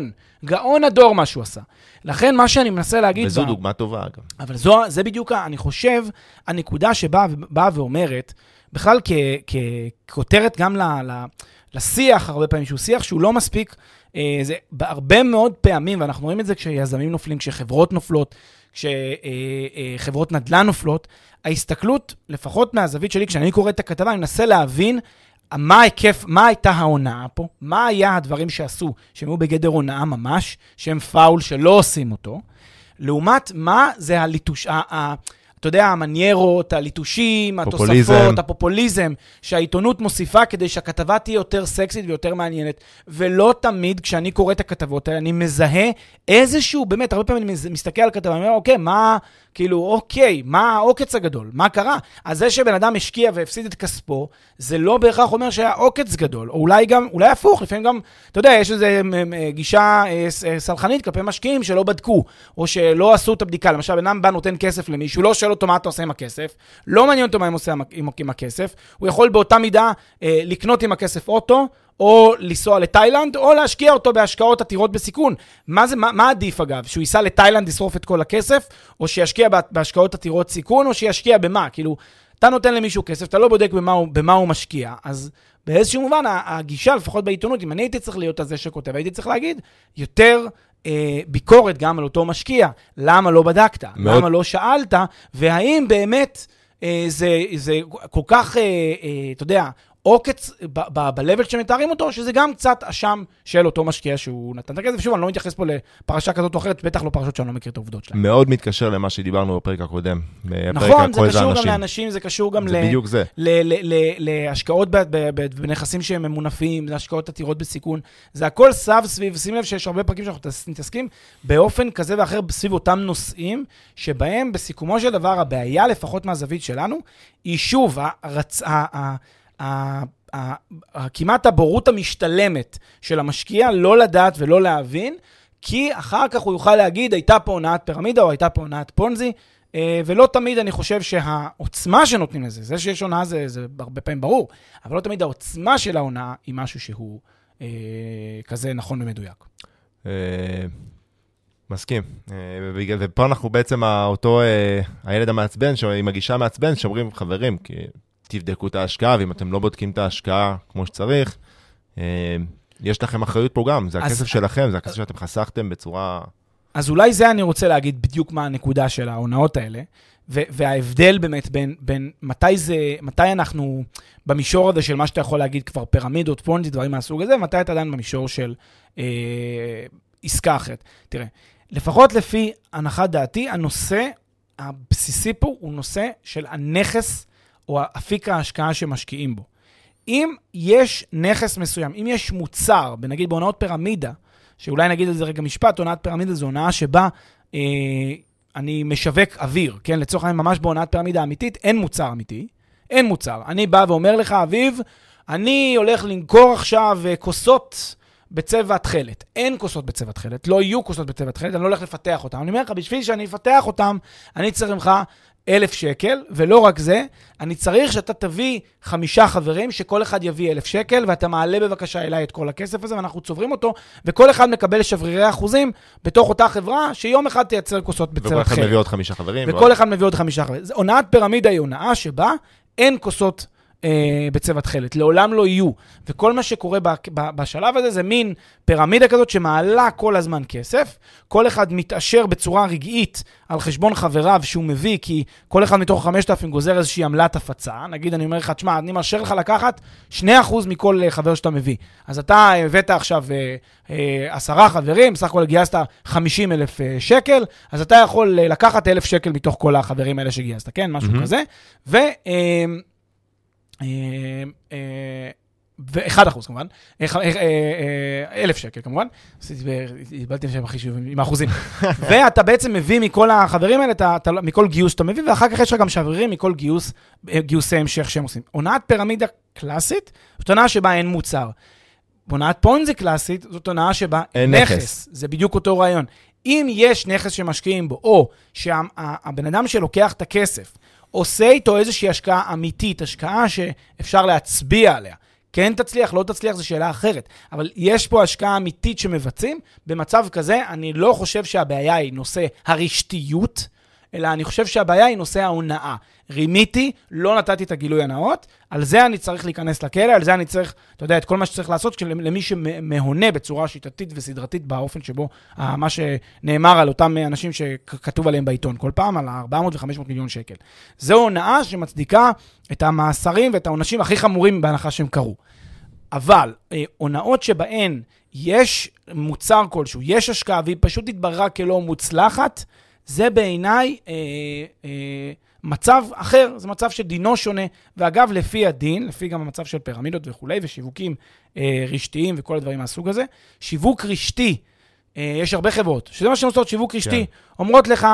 גאון הדור מה שהוא עשה. לכן מה שאני מנסה להגיד... וזו דוגמה טובה אגב. אבל זה בדיוק, אני חושב, הנקודה שבאה ואומרת, בכלל ככותרת גם לשיח הרבה פעמים, שהוא שיח שהוא לא מספיק, זה בהרבה מאוד פעמים, ואנחנו רואים את זה כשיזמים נופלים, כשחברות נופלות, כשחברות נדל"ן נופלות, ההסתכלות, לפחות מהזווית שלי, כשאני קורא את הכתבה, אני מנסה להבין מה הייתה ההונאה פה, מה היה הדברים שעשו, שהם היו בגדר הונאה ממש, שהם פאול שלא עושים אותו, לעומת מה זה אתה יודע, המניירות, הליטושים, פופוליזם. התוספות, הפופוליזם, שהעיתונות מוסיפה כדי שהכתבה תהיה יותר סקסית ויותר מעניינת. ולא תמיד כשאני קורא את הכתבות האלה, אני מזהה איזשהו, באמת, הרבה פעמים אני מסתכל על כתבה, אני אומר, אוקיי, מה העוקץ הגדול? מה קרה? אז זה שבן אדם השקיע והפסיד את כספו, זה לא בהכרח אומר שהיה עוקץ גדול, או אולי הפוך, לפעמים גם, אתה יודע, יש איזו גישה סלחנית כלפי משקיעים שלא בדקו, או שלא עשו את הבדיקה. למשל, בן אדם בא נותן כסף למישהו, לא שואל אותו מה אתה עושה עם הכסף, לא מעניין אותו מה הם עושה עם הכסף, הוא יכול באותה מידה לקנות עם הכסף אוטו, או לנסוע לתאילנד, או להשקיע אותו בהשקעות עתירות בסיכון. מה עדיף אגב? שהוא ייסע לתאילנד לשרוף את כל הכסף, או שישקיע בהשקעות עתירות סיכון, או שישקיע במה? כאילו, אתה נותן למישהו כסף, אתה לא בודק במה הוא משקיע. אז באיזשהו מובן, הגישה, לפחות בעיתונות, אם אני הייתי צריך להיות הזה שכותב, הייתי צריך להגיד יותר ביקורת גם על אותו משקיע. למה לא בדקת? למה לא שאלת? והאם באמת זה כל כך, אתה יודע, עוקץ ב-level שמתארים אותו, שזה גם קצת אשם של אותו משקיע שהוא נתן את הכסף. ושוב, אני לא מתייחס פה לפרשה כזאת או אחרת, בטח לא פרשות שאני לא מכיר את העובדות שלהם. מאוד מתקשר למה שדיברנו בפרק הקודם. נכון, זה קשור גם לאנשים, זה קשור גם להשקעות בנכסים שהם ממונפים, להשקעות עתירות בסיכון. זה הכל סב סביב, שים לב שיש הרבה פרקים שאנחנו מתעסקים באופן כזה ואחר סביב אותם נושאים, שבהם בסיכומו של דבר הבעיה, לפחות מהזווית שלנו, היא שוב, כמעט הבורות המשתלמת של המשקיע, לא לדעת ולא להבין, כי אחר כך הוא יוכל להגיד, הייתה פה הונאת פירמידה או הייתה פה הונאת פונזי, ולא תמיד אני חושב שהעוצמה שנותנים לזה, זה שיש הונאה זה הרבה פעמים ברור, אבל לא תמיד העוצמה של ההונאה היא משהו שהוא כזה נכון ומדויק. מסכים. ופה אנחנו בעצם אותו הילד המעצבן, עם הגישה המעצבן, שאומרים חברים, כי תבדקו את ההשקעה, ואם אתם לא בודקים את ההשקעה כמו שצריך, יש לכם אחריות פה גם, זה הכסף שלכם, זה הכסף שאתם חסכתם בצורה... אז אולי זה אני רוצה להגיד בדיוק מה הנקודה של ההונאות האלה, וההבדל באמת בין מתי אנחנו במישור הזה של מה שאתה יכול להגיד כבר פירמידות, פונזי, דברים מהסוג הזה, ומתי אתה עדיין במישור של עסקה אחרת. תראה, לפחות לפי הנחת דעתי, הנושא הבסיסי פה הוא נושא של הנכס או אפיק ההשקעה שמשקיעים בו. אם יש נכס מסוים, אם יש מוצר, נגיד בהונאות פירמידה, שאולי נגיד על זה רגע משפט, הונאת פירמידה זו הונאה שבה אני משווק אוויר, כן? לצורך העניין ממש בהונאת פירמידה אמיתית, אין מוצר אמיתי, אין מוצר. אני בא ואומר לך, אביב, אני הולך למכור עכשיו כוסות בצבע תכלת. אין כוסות בצבע תכלת, לא יהיו כוסות בצבע תכלת, אני לא הולך לפתח אותם. אני אומר לך, בשביל שאני אפתח אותם, אני צריך ממך 1,000 שקל, ולא רק זה, אני צריך שאתה תביא 5 חברים, שכל אחד יביא 1,000 שקל, ואתה מעלה בבקשה אליי את כל הכסף הזה, ואנחנו צוברים אותו, וכל אחד מקבל שברירי אחוזים, בתוך אותה חברה, שיום אחד תייצר כוסות בצבע תכלת. וכל אחד מביא עוד 5 חברים. וכל אחד מביא עוד 5 חברים. הונאת פירמידה היא הונאה שבה אין כוסות בצבע תכלת, לעולם לא יהיו. וכל מה שקורה בשלב הזה זה מין פירמידה כזאת שמעלה כל הזמן כסף, כל אחד מתעשר בצורה רגעית על חשבון חבריו שהוא מביא, כי כל אחד מתוך 5,000 גוזר איזושהי עמלת הפצה. נגיד אני אומר לך, תשמע, אני מאשר לך לקחת 2% מכל חבר שאתה מביא. אז אתה הבאת עכשיו 10 חברים, סך הכל גייסת 50,000 שקל, אז אתה יכול לקחת 1,000 שקל מתוך כל החברים האלה שגייסת, כן? משהו כזה. ו1% כמובן, 1,000 שקל כמובן, התבלתי שם עם האחוזים, ואתה בעצם מביא מכל החברים האלה, מכל גיוס שאתה מביא, ואחר כך יש לך גם שברירים מכל גיוסי המשך שהם עושים. הונאת פירמידה קלאסית, זאת הונאה שבה אין מוצר. הונאת פונזי קלאסית, זאת הונאה שבה אין נכס. זה בדיוק אותו רעיון. אם יש נכס שמשקיעים בו, או שהבן אדם שלוקח את הכסף, עושה איתו איזושהי השקעה אמיתית, השקעה שאפשר להצביע עליה. כן תצליח, לא תצליח, זו שאלה אחרת. אבל יש פה השקעה אמיתית שמבצעים. במצב כזה, אני לא חושב שהבעיה היא נושא הרשתיות, אלא אני חושב שהבעיה היא נושא ההונאה. רימיתי, לא נתתי את הגילוי הנאות, על זה אני צריך להיכנס לכלא, על זה אני צריך, אתה יודע, את כל מה שצריך לעשות, למי שמהונה בצורה שיטתית וסדרתית, באופן שבו מה שנאמר על אותם אנשים שכתוב עליהם בעיתון, כל פעם על 400 ו-500 מיליון שקל. זו הונאה שמצדיקה את המאסרים ואת העונשים הכי חמורים בהנחה שהם קרו. אבל הונאות שבהן יש מוצר כלשהו, יש השקעה, והיא פשוט התבררה כלא מוצלחת, זה בעיניי מצב אחר, זה מצב שדינו שונה, ואגב, לפי הדין, לפי גם המצב של פירמידות וכולי, ושיווקים רשתיים וכל הדברים מהסוג הזה, שיווק רשתי, יש הרבה חברות, שזה מה שהן עושות, שיווק רשתי, אומרות לך,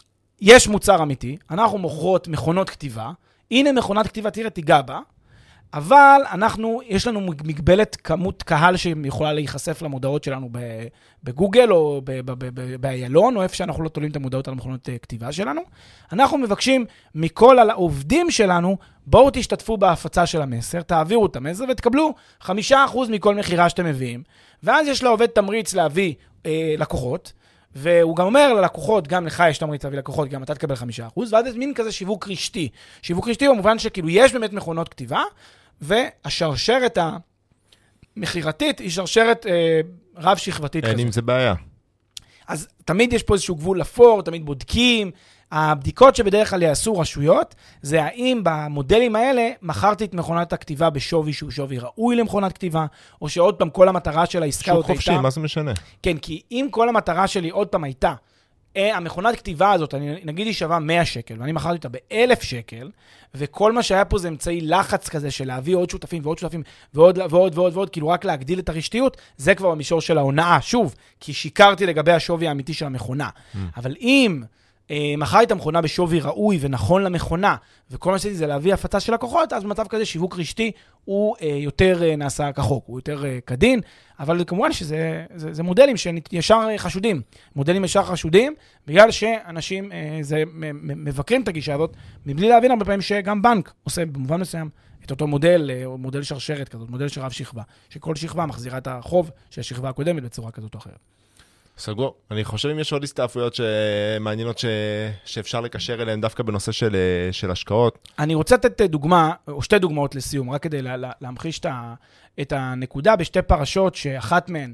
יש מוצר אמיתי, אנחנו מוכרות מכונות כתיבה, הנה מכונת כתיבה, תראה, תיגע בה, אבל יש לנו מגבלת כמות קהל שיכולה להיחשף למודעות שלנו בגוגל או באיילון, או איפה שאנחנו לא תולים את המודעות על מכונות כתיבה שלנו. אנחנו מבקשים מכל העובדים שלנו, בואו תשתתפו בהפצה של המסר, תעבירו את המסר ותקבלו 5% מכל מחירה שאתם מביאים, ואז יש לעובד תמריץ להביא לקוחות, והוא גם אומר ללקוחות, גם לך יש תמריץ להביא לקוחות, גם אתה תקבל 5%, ואז יש מין כזה שיווק רשתי. שיווק רשתי במובן שכאילו יש באמת מכונות כתיבה, והשרשרת המחירתית היא שרשרת רב שכבתית כזאת. אין עם זה בעיה. אז תמיד יש פה איזשהו גבול אפור, תמיד בודקים. הבדיקות שבדרך כלל יעשו רשויות, זה האם במודלים האלה מכרתי את מכונת הכתיבה בשווי שהוא שווי ראוי למכונת כתיבה, או שעוד פעם כל המטרה של העסקה שוק חופשי, מה זה משנה? כן, כי אם כל המטרה שלי עוד פעם הייתה, המכונת כתיבה הזאת, נגיד היא שווה 100 שקל, ואני מכרתי אותה ב1,000 שקל, וכל מה שהיה פה זה אמצעי לחץ כזה של להביא עוד שותפים ועוד שותפים ועוד ועוד ועוד ועוד, כאילו רק להגדיל את הרשתיות, זה כבר במישור של ההונאה, שוב, כי שיקרתי לגבי השווי האמיתי של המכונה. אבל אם מכרתי את המכונה בשווי ראוי ונכון למכונה, וכל מה שעשיתי זה להביא הפצה של לקוחות, אז במצב כזה שיווק רשתי הוא יותר נעשה כחוק, הוא יותר כדין, אבל כמובן שזה מודלים שישר חשודים. מודלים ישר חשודים, בגלל שאנשים מבקרים את הגישה הזאת, מבלי להבין הרבה פעמים שגם בנק עושה במובן מסוים את אותו מודל, או מודל שרשרת כזאת, מודל של רב שכבה, שכל שכבה מחזירה את החוב של השכבה הקודמת בצורה כזאת או אחרת. סגור. אני חושב אם יש עוד הסתעפויות שמעניינות שאפשר לקשר אליהן דווקא בנושא של השקעות. אני רוצה לתת דוגמה, או שתי דוגמאות לסיום, רק כדי להמחיש את הנקודה בשתי פרשות, שאחת מהן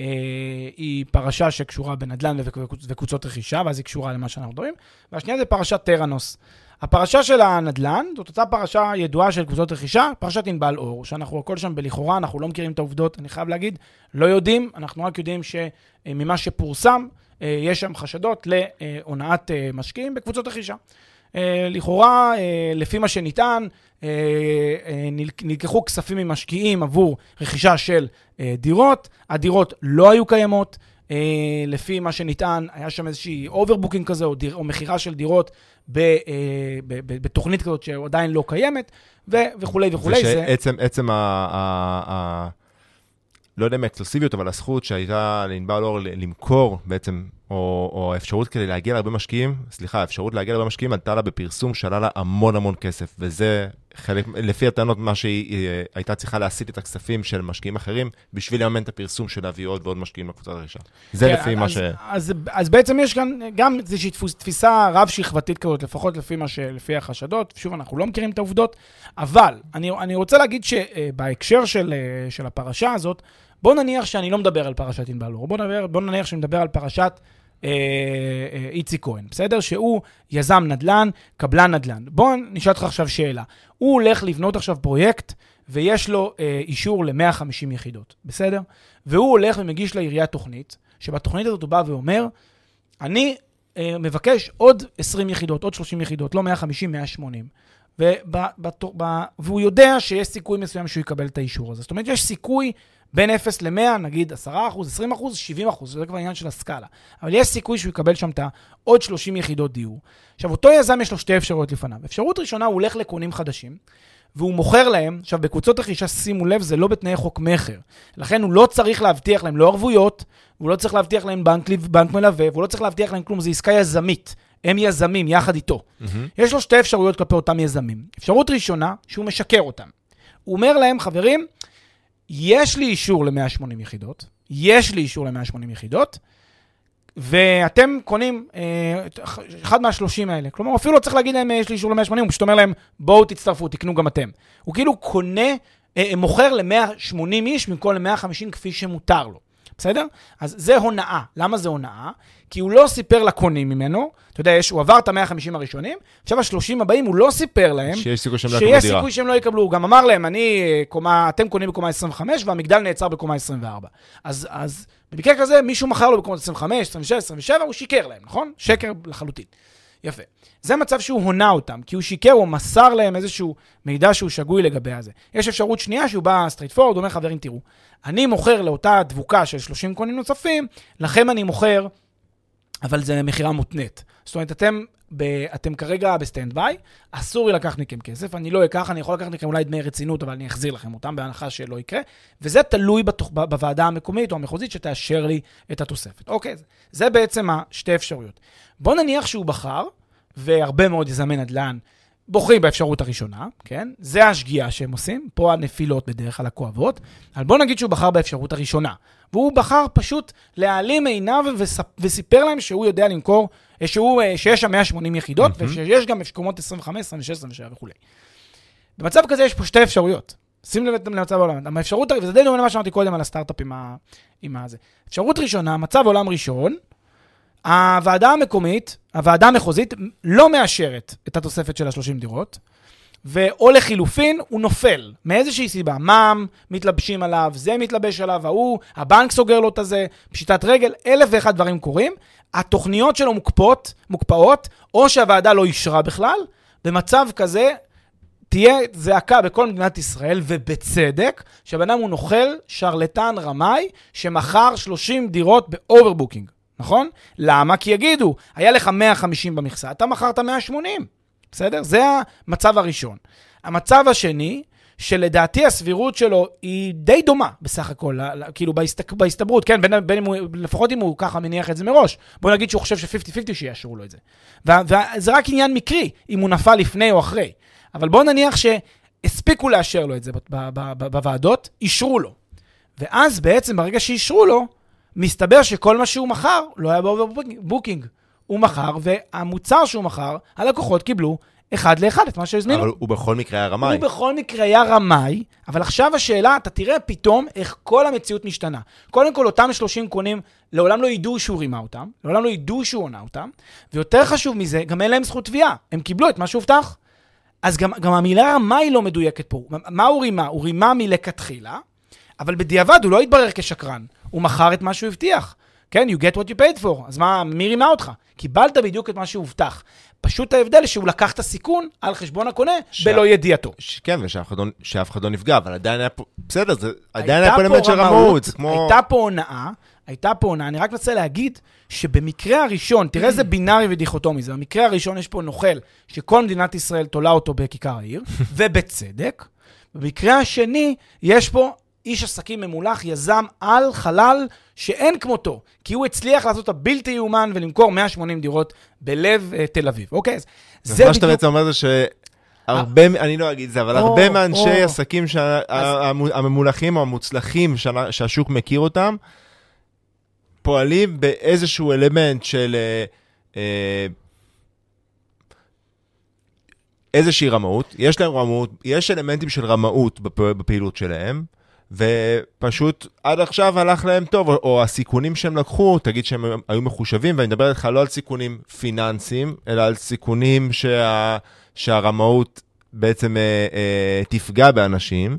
היא פרשה שקשורה בנדל"ן וקבוצות רכישה, ואז היא קשורה למה שאנחנו מדברים, והשנייה זה פרשת טרנוס. הפרשה של הנדל"ן, זאת אותה פרשה ידועה של קבוצות רכישה, פרשת ענבל אור, שאנחנו הכל שם בלכאורה, אנחנו לא מכירים את העובדות, אני חייב להגיד, לא יודעים, אנחנו רק יודעים שממה שפורסם, יש שם חשדות להונאת משקיעים בקבוצות רכישה. לכאורה, לפי מה שניתן, נלקחו כספים ממשקיעים עבור רכישה של דירות, הדירות לא היו קיימות, לפי מה שנטען, היה שם איזושהי אוברבוקינג כזה, או מחירה של דירות בתוכנית כזאת שעדיין לא קיימת, וכו' וכו'. ושעצם לא יודע אם האקסקלוסיביות, אבל הזכות שהייתה לענבל אור למכור בעצם, או האפשרות כדי להגיע להרבה משקיעים, האפשרות להגיע להרבה משקיעים עלתה לה בפרסום שעלה לה המון המון כסף, וזה חלק, לפי הטענות, מה שהיא הייתה צריכה להסיט את הכספים של משקיעים אחרים, בשביל לממן את הפרסום של להביא עוד ועוד משקיעים לקבוצת הרכישה. זה לפי מה ש... אז בעצם יש כאן גם איזושהי תפיסה רב שכבתית כזאת, לפחות לפי החשדות, שוב, אנחנו לא מכירים את העובדות, אבל אני רוצה להגיד שבהקשר של הפרשה הזאת, בוא נניח שאני לא מדבר על פרשת ענבל אור, בוא נניח שאני מדבר על פרשת איציק כהן, בסדר? שהוא יזם נדל"ן, קבלן נדל"ן. בוא נשאל אותך עכשיו שאלה. הוא הולך לבנות עכשיו פרויקט, ויש לו אישור ל-150 יחידות, בסדר? והוא הולך ומגיש לעירייה תוכנית, שבתוכנית הזאת הוא בא ואומר, אני מבקש עוד 20 יחידות, עוד 30 יחידות, לא 150, 180. והוא יודע שיש סיכוי מסוים שהוא יקבל את האישור הזה. זאת אומרת, יש סיכוי בין 0 ל-100, נגיד 10%, 20%, 70%, זה כבר עניין של הסקאלה. אבל יש סיכוי שהוא יקבל שם את עוד 30 יחידות דיור. עכשיו, אותו יזם יש לו שתי אפשרויות לפניו. אפשרות ראשונה, הוא הולך לקונים חדשים, והוא מוכר להם, עכשיו, בקבוצות רכישה, שימו לב, זה לא בתנאי חוק מחר. לכן הוא לא צריך להבטיח להם לא ערבויות, הוא לא צריך להבטיח להם בנק מלווה, והוא לא צריך להבטיח להם כלום, זה עסקה יזמית. הם יזמים יחד איתו. יש לו שתי אפשרויות כלפי אותם יזמים. אפשרות ראשונה, שהוא משקר אותם. הוא אומר להם, חברים, יש לי אישור ל-180 יחידות, ואתם קונים אחד מה-30 האלה. כלומר, אפילו לא צריך להגיד להם, יש לי אישור ל-180, הוא פשוט אומר להם, בואו תצטרפו, תקנו גם אתם. הוא כאילו מוכר ל-180 איש, במקום ל-150 כפי שמותר לו. בסדר? אז זה הונאה. למה זה הונאה? כי הוא לא סיפר לקונים ממנו, אתה יודע, הוא עבר את ה-150 הראשונים, עכשיו ה-30 הבאים הוא לא סיפר להם, שיש סיכוי שהם לא יקבלו, הוא גם אמר להם, אתם קונים בקומה 25, והמגדל נעצר בקומה 24. אז במקרה כזה, מישהו מכר לו בקומה 25, 26, 27, הוא שיקר להם, נכון? שקר לחלוטין. יפה. זה מצב שהוא הונה אותם, כי הוא שיקר, הוא מסר להם איזשהו מידע שהוא שגוי לגבי הזה. יש אפשרות שנייה שהוא בא סטרייט פורד, אומר חברים, תראו, אני מוכר לאותה דבוקה של 30 קונים נוספים, לכם אני מוכר, אבל זה מחירה מותנית. זאת אומרת, אתם כרגע בסטנד ביי, אסור לי לקחת מכם כסף, אני לא אקח, אני יכול לקחת מכם אולי דמי רצינות, אבל אני אחזיר לכם אותם בהנחה שלא יקרה, וזה תלוי בוועדה המקומית או המחוזית שתאשר לי את התוספת. אוקיי, זה בעצם השתי אפשרויות. בוא נניח שהוא בחר, והרבה מאוד יזמי נדל"ן בוחרים באפשרות הראשונה, כן? זה השגיאה שהם עושים, פה הנפילות בדרך כלל הכואבות, אבל בוא נגיד שהוא בחר באפשרות הראשונה, והוא בחר פשוט להעלים עיניו וסיפר להם שהוא יודע למכור, שיש שם 180 יחידות, ושיש גם קומות 25, 26, 27 וכו'. במצב כזה יש פה שתי אפשרויות. שים לב למצב העולם. האפשרות, וזה די דומה למה שאמרתי קודם על הסטארט-אפ עם הזה. אפשרות ראשונה, מצב עולם ראשון, הוועדה המקומית, הוועדה המחוזית, לא מאשרת את התוספת של ה-30 דירות, או לחילופין, הוא נופל. מאיזושהי סיבה, מע"מ מתלבשים עליו, זה מתלבש עליו, הבנק סוגר לו את זה, פשיטת רגל, 1,001 דברים קורים, התוכניות שלו מוקפאות, או שהוועדה לא אישרה בכלל, במצב כזה תהיה זעקה בכל מדינת ישראל, ובצדק, שהבן אדם הוא נוכל, שרלטן רמאי, שמכר 30 דירות באוברבוקינג. נכון? למה? כי יגידו, היה לך 150 במכסה, אתה מכרת 180. בסדר? זה המצב הראשון. המצב השני, שלדעתי הסבירות שלו היא די דומה בסך הכל, כאילו בהסתברות, כן, לפחות אם הוא ככה מניח את זה מראש. בוא נגיד שהוא חושב ש-50-50 שיאשרו לו את זה. וזה רק עניין מקרי, אם הוא נפל לפני או אחרי. אבל בוא נניח שהספיקו לאשר לו את זה בוועדות, אישרו לו. ואז בעצם ברגע שאישרו לו, מסתבר שכל מה שהוא מכר לא היה באוברבוקינג. הוא מכר, והמוצר שהוא מכר, הלקוחות קיבלו 1:1 את מה שהזמינו. אבל הוא בכל מקרה היה רמאי. הוא בכל מקרה היה רמאי, אבל עכשיו השאלה, אתה תראה פתאום איך כל המציאות משתנה. קודם כל, אותם 30 קונים, לעולם לא ידעו שהוא רימה אותם, לעולם לא ידעו שהוא עונה אותם, ויותר חשוב מזה, גם אין להם זכות תביעה. הם קיבלו את מה שהובטח. אז גם המילה רמאי לא מדויקת פה. מה הוא רימה? הוא רימה מלכתחילה, אבל בדיעבד הוא לא יתברר כשקרן. הוא מכר את מה שהוא הבטיח. כן, you get what you paid for. אז מי רימה אותך? קיבלת בדיוק את מה שהובטח. פשוט ההבדל שהוא לקח את הסיכון על חשבון הקונה בלא ידיעתו. כן, ושאף אחד לא נפגע, אבל עדיין היה פה, בסדר, זה עדיין היה פה אלמנט של רמאות. הייתה פה הונאה, אני רק רוצה להגיד שבמקרה הראשון, תראה איזה בינארי ודיכוטומי זה, במקרה הראשון יש פה נוכל שכל מדינת ישראל תולה אותו בכיכר העיר, ובצדק. במקרה השני יש פה איש עסקים ממולח, יזם על חלל שאין כמותו, כי הוא הצליח לעשות הבלתי יאומן ולמכור 180 דירות בלב תל אביב. אוקיי? אז מה שאתה בעצם אומר זה שהרבה, אני לא אגיד זה, אבל הרבה מאנשי עסקים הממולחים או המוצלחים שהשוק מכיר אותם, פועלים באיזשהו אלמנט של איזושהי רמאות, יש להם רמאות, יש אלמנטים של רמאות בפעילות שלהם, ופשוט עד עכשיו הלך להם טוב, או הסיכונים שהם לקחו, תגיד שהם היו מחושבים, ואני מדבר איתך לא על סיכונים פיננסיים, אלא על סיכונים שהרמאות בעצם תפגע באנשים,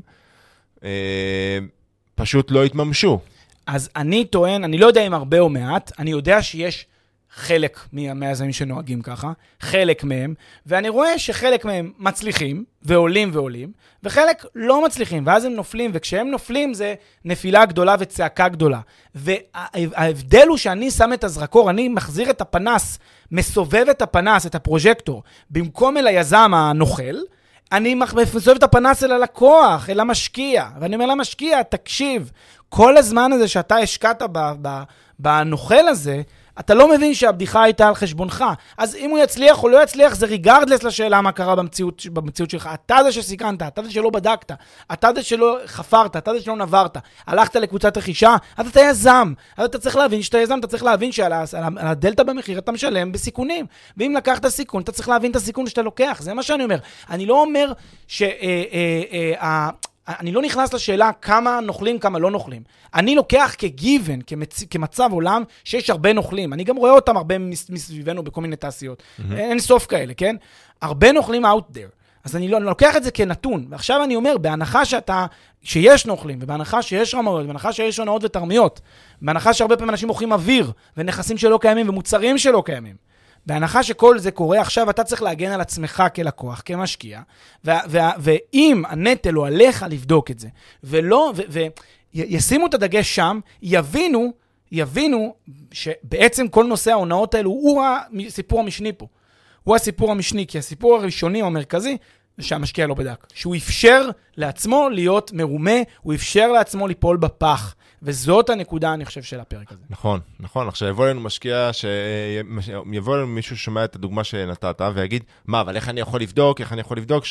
פשוט לא התממשו. אז אני טוען, אני לא יודע אם הרבה או מעט, אני יודע שיש חלק מהיזמים שנוהגים ככה, חלק מהם, ואני רואה שחלק מהם מצליחים, ועולים, וחלק לא מצליחים, ואז הם נופלים, וכשהם נופלים זה נפילה גדולה וצעקה גדולה. וההבדל הוא שאני שם את הזרקור, אני מחזיר את הפנס, מסובב את הפנס, את הפרוז'קטור, במקום אל היזם הנוכל, אני מסובב את הפנס אל הלקוח, אל המשקיע, ואני אומר למשקיע, תקשיב, כל הזמן הזה שאתה השקעת בנוכל הזה, אתה לא מבין שהבדיחה הייתה על חשבונך. אז אם הוא יצליח או לא יצליח, זה ריגרדלס לשאלה מה קרה במציאות שלך. אתה זה שסיכנת, אתה זה שלא בדקת, אתה זה שלא חפרת, אתה זה שלא נברת. הלכת לקבוצת רכישה, אז אתה יזם. אז אתה צריך להבין שאתה יזם, אתה צריך להבין שעל הדלטה במחיר אתה משלם בסיכונים. ואם לקחת סיכון, אתה צריך להבין את הסיכון שאתה לוקח. זה מה שאני אומר. אני לא אומר אני לא נכנס לשאלה כמה נוכלים, כמה לא נוכלים. אני לוקח כגיוון, כמצב עולם, שיש הרבה נוכלים. אני גם רואה אותם הרבה מסביבנו בכל מיני תעשיות. אין סוף כאלה, כן? הרבה נוכלים out there. אז אני לוקח את זה כנתון. ועכשיו אני אומר, בהנחה שיש נוכלים, ובהנחה שיש רמאות, בהנחה שיש הונאות ותרמיות, בהנחה שהרבה פעמים אנשים מוכרים אוויר, ונכסים שלא קיימים, ומוצרים שלא קיימים. בהנחה שכל זה קורה, עכשיו אתה צריך להגן על עצמך כלקוח, כמשקיע, ואם הנטל הוא עליך לבדוק את זה, וישימו את הדגש שם, יבינו שבעצם כל נושא ההונאות האלו הוא הסיפור המשני פה. הוא הסיפור המשני, כי הסיפור הראשוני המרכזי, זה שהמשקיע לא בדק. שהוא אפשר לעצמו להיות מרומה, הוא אפשר לעצמו ליפול בפח. וזאת הנקודה, אני חושב, של הפרק הזה. נכון, נכון. עכשיו יבוא לנו משקיע, יבוא לנו מישהו ששומע את הדוגמה שנתת, ויגיד, מה, אבל איך אני יכול לבדוק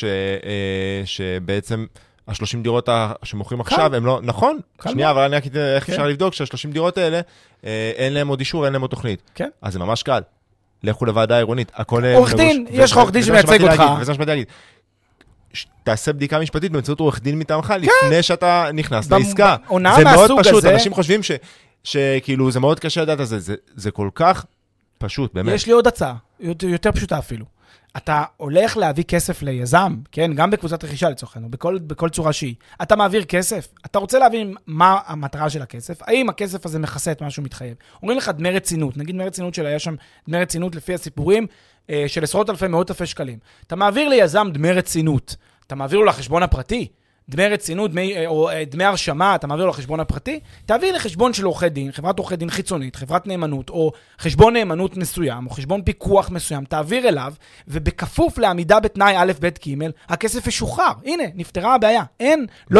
שבעצם ה-30 דירות שמוכרים עכשיו, הם לא, נכון, שנייה, אבל אני אגיד איך אפשר לבדוק שה-30 דירות האלה, אין להם עוד אישור, אין להם עוד תוכנית. כן. אז זה ממש קל. לכו לוועדה העירונית. עורך דין, יש לך עורך דין שמייצג אותך. וזה מה שבאתי להגיד. תעשה בדיקה משפטית באמצעות עורך דין מטעמך, לפני שאתה נכנס לעסקה. זה מאוד פשוט, אנשים חושבים שכאילו זה מאוד קשה לדעת, זה כל כך פשוט, באמת. יש לי עוד הצעה, יותר פשוטה אפילו. אתה הולך להביא כסף ליזם, כן? גם בקבוצת רכישה לצורכנו, בכל צורה שהיא. אתה מעביר כסף, אתה רוצה להבין מה המטרה של הכסף, האם הכסף הזה מכסה את מה שהוא מתחייב. אומרים לך דמי רצינות, נגיד דמי רצינות שלה, יש שם דמי רצינות לפי הסיפורים של עשרות אלפי, מאות אלפי שקלים. אתה מעביר ליזם דמי רצינות, אתה מעביר לו לחשבון הפרטי, דמי רצינות, או דמי הרשמה, אתה מעביר לו לחשבון הפרטי, תעביר לחשבון של עורכי דין, חברת עורכי דין חיצונית, חברת נאמנות, או חשבון נאמנות מסוים, או חשבון פיקוח מסוים, תעביר אליו, ובכפוף לעמידה בתנאי א', ב', ג', הכסף ישוחרר. הנה, נפתרה הבעיה. לא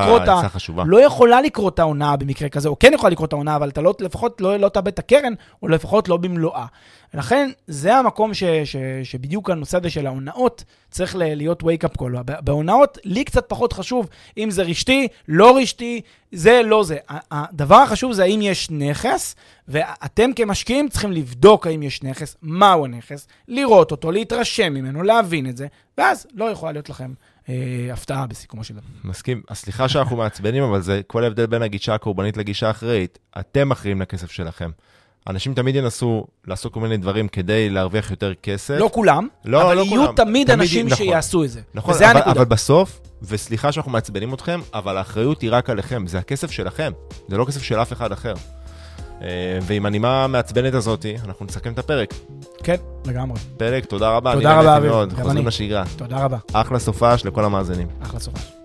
יכולה לקרות ההונאה במקרה כזה, או כן יכולה לקרות ההונאה, אבל אתה לפחות לא תאבד את הקרן, או לפחות לא במלואה. ולכן, זה המקום שבדיוק הנושא הזה של ההונאות צריך להיות wake up call. בהונאות, לי קצת פחות חשוב אם זה רשתי, לא רשתי, זה לא זה. הדבר החשוב זה האם יש נכס, ואתם כמשקיעים צריכים לבדוק האם יש נכס, מהו הנכס, לראות אותו, להתרשם ממנו, להבין את זה, ואז לא יכולה להיות לכם הפתעה בסיכומו של דבר. מסכים. הסליחה שאנחנו מעצבנים, אבל זה כל ההבדל בין הגישה הקורבנית לגישה האחראית. אתם מכריעים לכסף שלכם. אנשים תמיד ינסו לעשות כל מיני דברים כדי להרוויח יותר כסף. לא כולם, אבל יהיו תמיד אנשים שיעשו את זה. נכון, אבל בסוף, וסליחה שאנחנו מעצבנים אתכם, אבל האחריות היא רק עליכם. זה הכסף שלכם, זה לא כסף של אף אחד אחר. ועם הנימה מעצבנת הזאת, אנחנו נסכם את הפרק. כן, לגמרי. פרק, תודה רבה. תודה רבה, אביב. חוזרים לשגרה. תודה רבה. אחלה סופש לכל המאזינים. אחלה סופש.